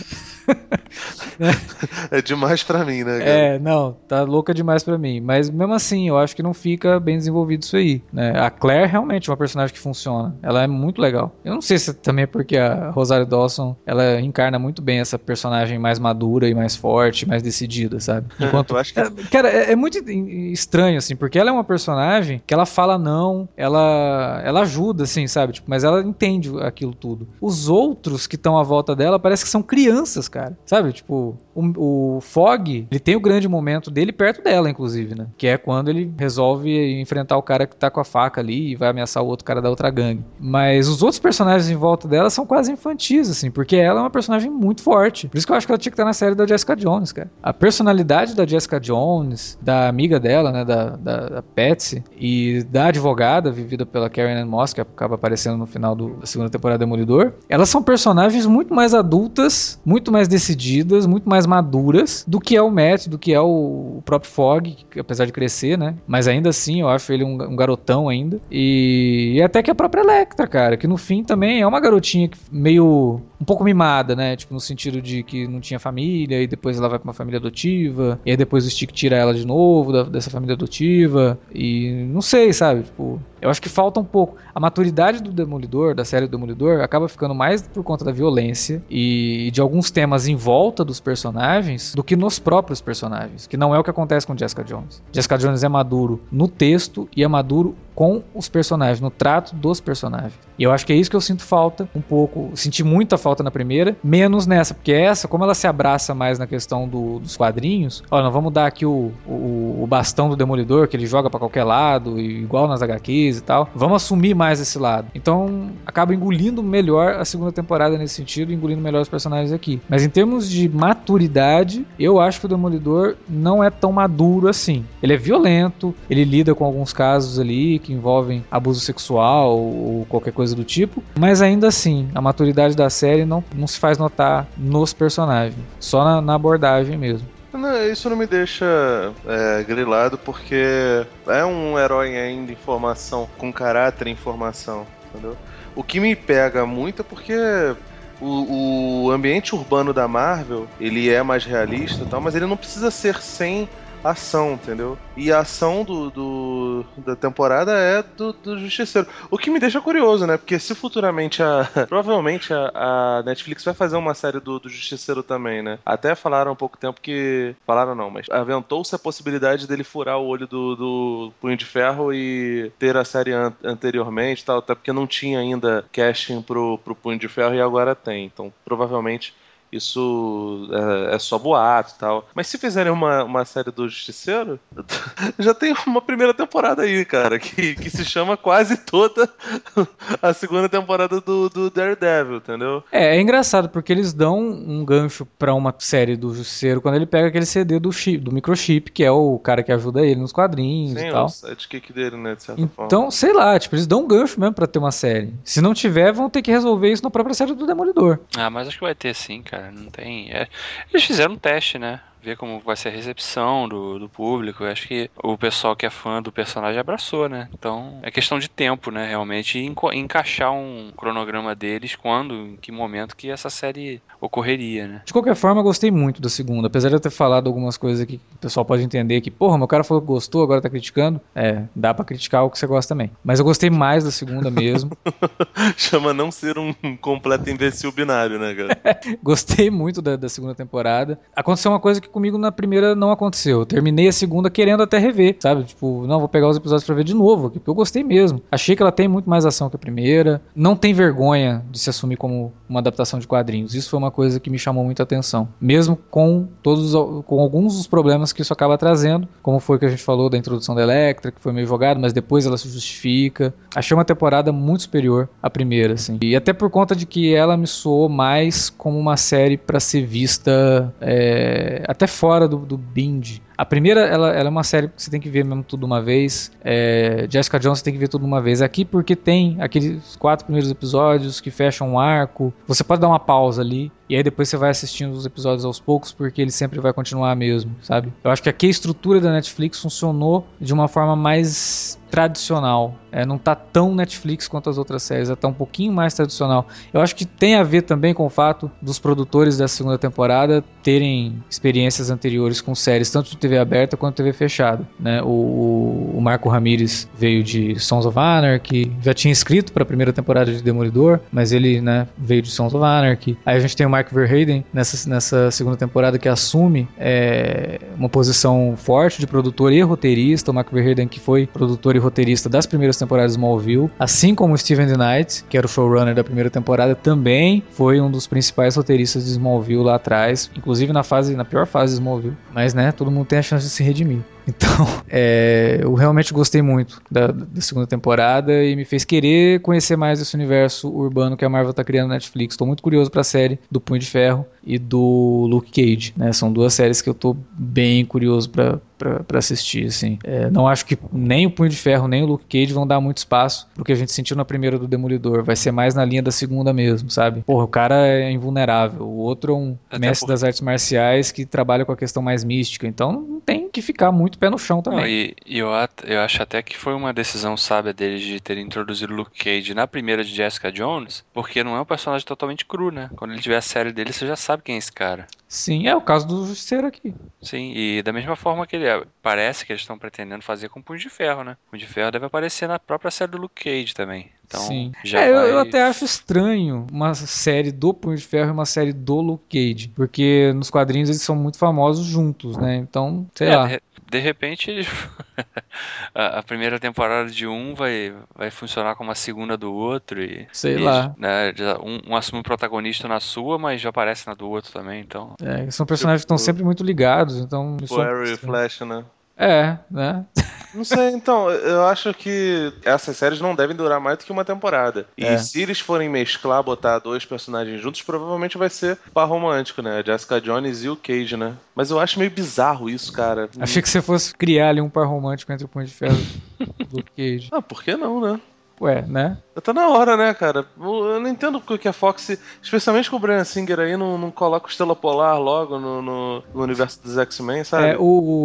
É demais pra mim, né, cara? Não, tá louca demais pra mim. Mas mesmo assim, eu acho que não fica bem desenvolvido isso aí, né? A Claire realmente é uma personagem que funciona. Ela é muito legal. Eu não sei se também é porque a Rosário Dawson, ela encarna muito bem essa personagem mais madura e mais forte, mais decidida, sabe? Enquanto... Eu acho que... Cara, é muito estranho, assim, porque ela é uma personagem que ela fala não, ela ajuda, assim, sabe? Tipo, mas ela entende aquilo tudo. Os outros que estão à volta dela parece que são crianças, cara. Sabe? Tipo, o Fog, ele tem o grande momento dele perto dela, inclusive, né? Que é quando ele resolve enfrentar o cara que tá com a faca ali e vai ameaçar o outro cara da outra gangue. Mas os outros personagens em volta dela são quase infantis, assim, porque ela é uma personagem muito forte. Por isso que eu acho que ela tinha que estar na série da Jessica Jones, cara. A personalidade da Jessica Jones, da amiga dela, né, da Patsy, e da advogada, vivida pela Carrie Ann Moss, que acaba aparecendo no final da segunda temporada do Demolidor, elas são personagens muito mais adultas, muito mais decididas, muito mais maduras do que é o Matt, do que é o próprio Fog, que, apesar de crescer, né, mas ainda assim eu acho ele um garotão ainda, e até que a própria Elektra, cara, que no fim também é uma garotinha meio um pouco mimada, né, tipo no sentido de que não tinha família e depois ela vai pra uma família adotiva, e aí depois o Stick tira ela de novo dessa família adotiva, e não sei, sabe, tipo, eu acho que falta um pouco. A maturidade do Demolidor, da série do Demolidor, acaba ficando mais por conta da violência e de alguns temas em volta dos personagens do que nos próprios personagens, que não é o que acontece com Jessica Jones. Jessica Jones é maduro no texto e é maduro com os personagens, no trato dos personagens. E eu acho que é isso que eu sinto falta um pouco. Senti muita falta na primeira, menos nessa, porque essa, como ela se abraça mais na questão dos quadrinhos, olha, nós vamos dar aqui o bastão do Demolidor, que ele joga pra qualquer lado, igual nas HQs e tal. Vamos assumir mais esse lado. Então, acaba engolindo melhor a segunda temporada nesse sentido, engolindo melhor os personagens aqui. Mas em termos de maturidade, eu acho que o Demolidor não é tão maduro assim. Ele é violento, ele lida com alguns casos ali que envolvem abuso sexual ou qualquer coisa do tipo, mas ainda assim, a maturidade da série não se faz notar nos personagens, só na abordagem mesmo. Não, isso não me deixa grilado, porque é um herói ainda em formação, com caráter em formação, entendeu? O que me pega muito é porque o ambiente urbano da Marvel, ele é mais realista e tal, mas ele não precisa ser sem ação, entendeu? E a ação da temporada é do Justiceiro. O que me deixa curioso, né? Porque se futuramente provavelmente a Netflix vai fazer uma série do Justiceiro também, né? Até falaram há pouco tempo que... Falaram não, mas aventou-se a possibilidade dele furar o olho do Punho de Ferro e ter a série anteriormente, tal, até porque não tinha ainda casting pro Punho de Ferro e agora tem. Então, provavelmente isso é só boato e tal. Mas se fizerem uma série do Justiceiro, já tem uma primeira temporada aí, cara, que se chama quase toda a segunda temporada do Daredevil, entendeu? É engraçado, porque eles dão um gancho pra uma série do Justiceiro quando ele pega aquele CD do microchip, que é o cara que ajuda ele nos quadrinhos. Sim, e tal. Sim, o sidekick dele, né, de certa forma. Então, sei lá, tipo, eles dão um gancho mesmo pra ter uma série. Se não tiver, vão ter que resolver isso na própria série do Demolidor. Ah, mas acho que vai ter sim, cara. Não tem... Eles fizeram um teste, né? Ver como vai ser a recepção do público. Eu acho que o pessoal que é fã do personagem abraçou, né? Então é questão de tempo, né? Realmente encaixar um cronograma deles em que momento que essa série ocorreria, né? De qualquer forma, eu gostei muito da segunda. Apesar de eu ter falado algumas coisas que o pessoal pode entender que, porra, meu cara falou que gostou, agora tá criticando. Dá pra criticar o que você gosta também. Mas eu gostei mais da segunda mesmo. Chama não ser um completo imbecil binário, né, cara? Gostei muito da segunda temporada. Aconteceu uma coisa que comigo na primeira não aconteceu. Eu terminei a segunda querendo até rever, sabe? Tipo, não, vou pegar os episódios pra ver de novo, porque eu gostei mesmo. Achei que ela tem muito mais ação que a primeira. Não tem vergonha de se assumir como uma adaptação de quadrinhos. Isso foi uma coisa que me chamou muita atenção. Mesmo com alguns dos problemas que isso acaba trazendo, como foi que a gente falou da introdução da Elektra, que foi meio jogado, mas depois ela se justifica. Achei uma temporada muito superior à primeira, assim. E até por conta de que ela me soou mais como uma série pra ser vista até fora do binge. A primeira, ela é uma série que você tem que ver mesmo tudo uma vez. Jessica Jones você tem que ver tudo uma vez. Aqui porque tem aqueles 4 primeiros episódios que fecham um arco. Você pode dar uma pausa ali e aí depois você vai assistindo os episódios aos poucos, porque ele sempre vai continuar mesmo, sabe? Eu acho que aqui a estrutura da Netflix funcionou de uma forma mais tradicional. Não tá tão Netflix quanto as outras séries, tá um pouquinho mais tradicional. Eu acho que tem a ver também com o fato dos produtores da segunda temporada terem experiências anteriores com séries, tanto de TV aberta quanto TV fechada, né? O Marco Ramírez veio de Sons of Anarchy, já tinha escrito para a primeira temporada de Demolidor, mas ele, né, veio de Sons of Anarchy. Aí a gente tem o Mark Verheiden nessa segunda temporada que assume uma posição forte de produtor e roteirista. O Mark Verheiden que foi produtor e roteirista das primeiras temporadas de Smallville, assim como o Steven Knight, que era o showrunner da primeira temporada, também foi um dos principais roteiristas de Smallville lá atrás, inclusive na pior fase de Smallville. Mas, né, todo mundo tem a chance de se redimir. Então, eu realmente gostei muito da segunda temporada e me fez querer conhecer mais esse universo urbano que a Marvel tá criando na Netflix. Estou muito curioso pra série do Punho de Ferro e do Luke Cage, né? São duas séries que eu tô bem curioso pra assistir, assim. Não acho que nem o Punho de Ferro nem o Luke Cage vão dar muito espaço pro que a gente sentiu na primeira do Demolidor. Vai ser mais na linha da segunda mesmo, sabe? Porra, o cara é invulnerável. O outro é um mestre das artes marciais que trabalha com a questão mais mística. Então não tem que ficar muito pé no chão também. Não, e eu acho até que foi uma decisão sábia deles de terem introduzido o Luke Cage na primeira de Jessica Jones, porque não é um personagem totalmente cru, né? Quando ele tiver a série dele, você já sabe quem é esse cara. Sim, é o caso do Justiceiro aqui. Sim, e da mesma forma que ele parece que eles estão pretendendo fazer com o Punho de Ferro, né? O Punho de Ferro deve aparecer na própria série do Luke Cage também. Então, sim. já eu até acho estranho uma série do Punho de Ferro e uma série do Luke Cage, porque nos quadrinhos eles são muito famosos juntos, né? Então, sei lá. De repente, a primeira temporada de um vai funcionar como a segunda do outro. Sei lá. Né, um assume o protagonista na sua, mas já aparece na do outro também, então... São personagens que estão sempre muito ligados, então... O Arrow e Flash, né? Né? Não sei, então, eu acho que essas séries não devem durar mais do que uma temporada. E se eles forem mesclar, botar dois personagens juntos, provavelmente vai ser par romântico, né? A Jessica Jones e o Cage, né? Mas eu acho meio bizarro isso, cara. Achei que você fosse criar ali um par romântico entre o Punho de Ferro e o Luke Cage. Ah, por que não, né? Ué, né? Tá na hora, né, cara? Eu não entendo porque a Fox, especialmente com o Bryan Singer aí, não coloca o Estrela Polar logo no universo dos X-Men, sabe?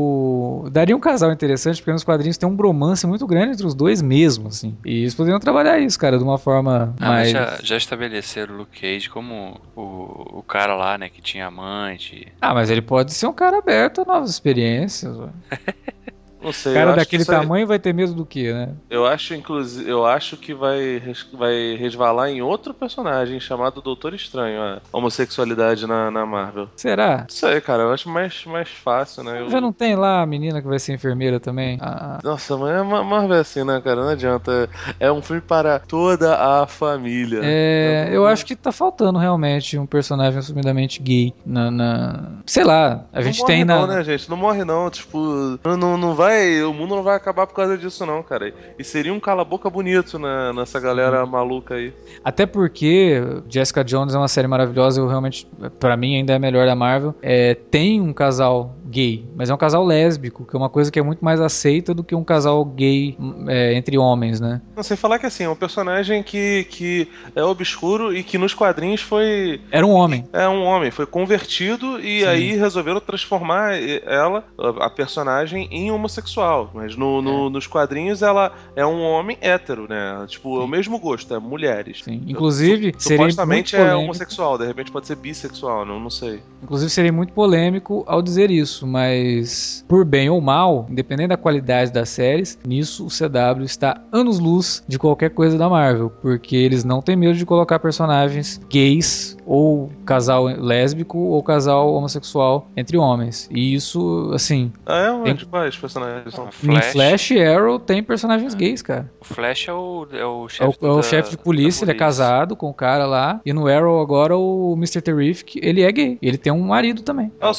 Daria um casal interessante, porque nos quadrinhos tem um bromance muito grande entre os dois mesmo, assim. E eles poderiam trabalhar isso, cara, de uma forma mais... Mas já estabeleceram o Luke Cage como o cara lá, né, que tinha amante. Mas ele pode ser um cara aberto a novas experiências, ué. Não sei, o cara daquele tamanho vai ter medo do quê, né? Eu acho que vai resvalar em outro personagem chamado Doutor Estranho, a homossexualidade na Marvel. Será? Não sei, cara, eu acho mais fácil, né? Já não tem lá a menina que vai ser enfermeira também? Nossa, mas a Marvel é assim, né, cara? Não adianta. É um filme para toda a família. Eu acho que tá faltando realmente um personagem assumidamente gay sei lá, a gente tem na... Não morre não, né, gente? Não morre não, tipo... Não vai... O mundo não vai acabar por causa disso não, cara. E seria um cala-boca bonito nessa galera maluca aí. Até porque Jessica Jones é uma série maravilhosa, eu realmente, pra mim, ainda é a melhor da Marvel. Tem um casal gay, mas é um casal lésbico, que é uma coisa que é muito mais aceita do que um casal gay entre homens, né? Não sei falar que assim, é um personagem que é obscuro e que nos quadrinhos foi... Era um homem. É um homem, foi convertido e aí resolveram transformar a personagem em homossexual. Mas nos quadrinhos ela é um homem hétero, né? Tipo, é o mesmo gosto, é mulheres. Sim. Inclusive, supostamente é homossexual, de repente pode ser bissexual, não sei. Inclusive, seria muito polêmico ao dizer isso, mas por bem ou mal, independente da qualidade das séries, nisso o CW está anos-luz de qualquer coisa da Marvel, porque eles não têm medo de colocar personagens gays ou casal lésbico ou casal homossexual entre homens. E isso, assim... Onde quais personagens? Em Flash e Arrow tem personagens gays, cara. O Flash é o chefe chefe de polícia, ele é casado com o cara lá. E no Arrow agora o Mr. Terrific, ele é gay. Ele tem um marido também. O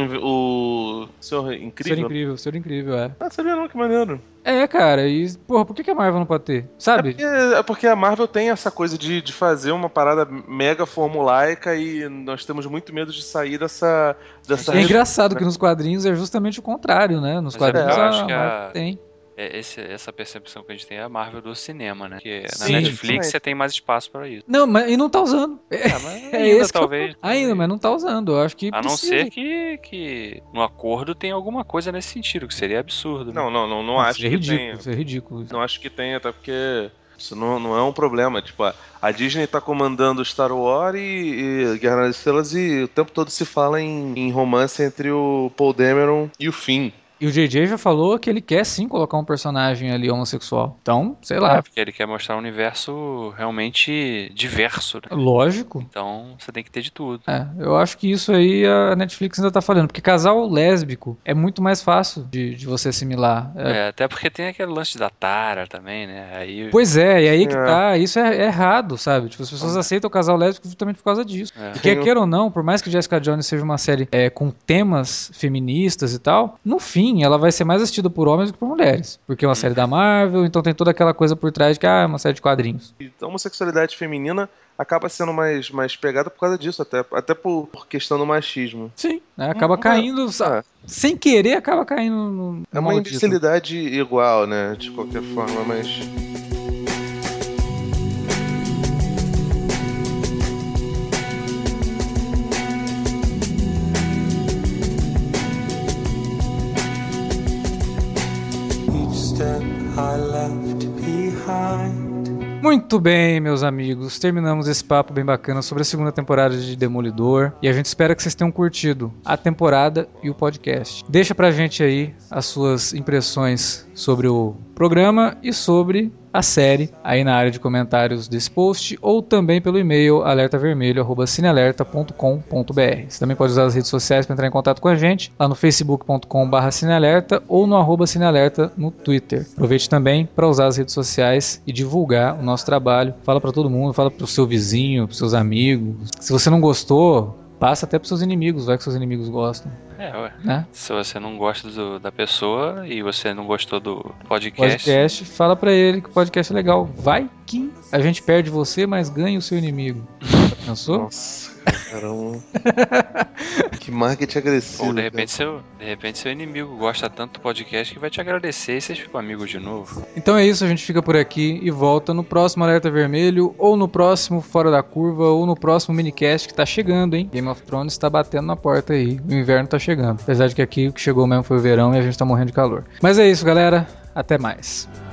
Senhor Incrível? Senhor Incrível, é. Sabia não, que maneiro. Cara, e, porra, por que a Marvel não pode ter? Sabe? É porque a Marvel tem essa coisa de fazer uma parada mega formulaica e nós temos muito medo de sair dessa É engraçado que nos quadrinhos é justamente o contrário, né? Nos quadrinhos eu acho que Marvel tem. Essa percepção que a gente tem é a Marvel do cinema, né? Porque na Sim, Netflix você tem mais espaço pra isso. Não, mas e não tá usando. Mas ainda, talvez. Ainda, mas não tá usando. Eu acho que a não ser que no acordo tem alguma coisa nesse sentido, que seria absurdo. Né? Não acho que tenha. Seria ridículo. Não acho que tenha, até porque Isso não é um problema. Tipo, a Disney tá comandando Star Wars e Guerra nas Estrelas e o tempo todo se fala em romance entre o Paul Dameron e o Finn. E o JJ já falou que ele quer sim colocar um personagem ali homossexual. Então, sei lá. Porque ele quer mostrar um universo realmente diverso, né? Lógico. Então, você tem que ter de tudo. Eu acho que isso aí a Netflix ainda tá falando. Porque casal lésbico é muito mais fácil de você assimilar. Até porque tem aquele lance da Tara também, né? Aí... Pois é, e aí que tá. Isso é errado, sabe? Tipo, as pessoas aceitam o casal lésbico justamente por causa disso. E quer queira ou não, por mais que Jessica Jones seja uma série com temas feministas e tal, no fim ela vai ser mais assistida por homens do que por mulheres. Porque é uma série da Marvel, então tem toda aquela coisa por trás de que é uma série de quadrinhos. Então a homossexualidade feminina acaba sendo mais pegada por causa disso, até por questão do machismo. Sim, né? Acaba caindo, sem querer acaba caindo no é uma imbecilidade igual, né? De qualquer forma, mas... Muito bem, meus amigos, terminamos esse papo bem bacana sobre a segunda temporada de Demolidor e a gente espera que vocês tenham curtido a temporada e o podcast. Deixa pra gente aí as suas impressões sobre o programa e sobre a série aí na área de comentários desse post ou também pelo e-mail alertavermelho@cinealerta.com.br. Você também pode usar as redes sociais para entrar em contato com a gente lá no facebook.com/cinealerta ou no @cinealerta no Twitter. Aproveite também para usar as redes sociais e divulgar o nosso trabalho. Fala para todo mundo, fala para o seu vizinho, para seus amigos. Se você não gostou, passa até para seus inimigos, vai que seus inimigos gostam. Né? Se você não gosta da pessoa e você não gostou do podcast, fala pra ele que o podcast é legal. Vai que a gente perde você, mas ganha o seu inimigo. Pensou? Nossa, caramba. Que marketing agressivo. Ou de repente seu inimigo gosta tanto do podcast que vai te agradecer e vocês ficam amigos de novo. Então é isso, a gente fica por aqui e volta no próximo Alerta Vermelho, ou no próximo Fora da Curva, ou no próximo minicast que tá chegando, hein? Game of Thrones tá batendo na porta aí, o inverno tá chegando. Apesar de que aqui o que chegou mesmo foi o verão e a gente tá morrendo de calor. Mas é isso, galera. Até mais.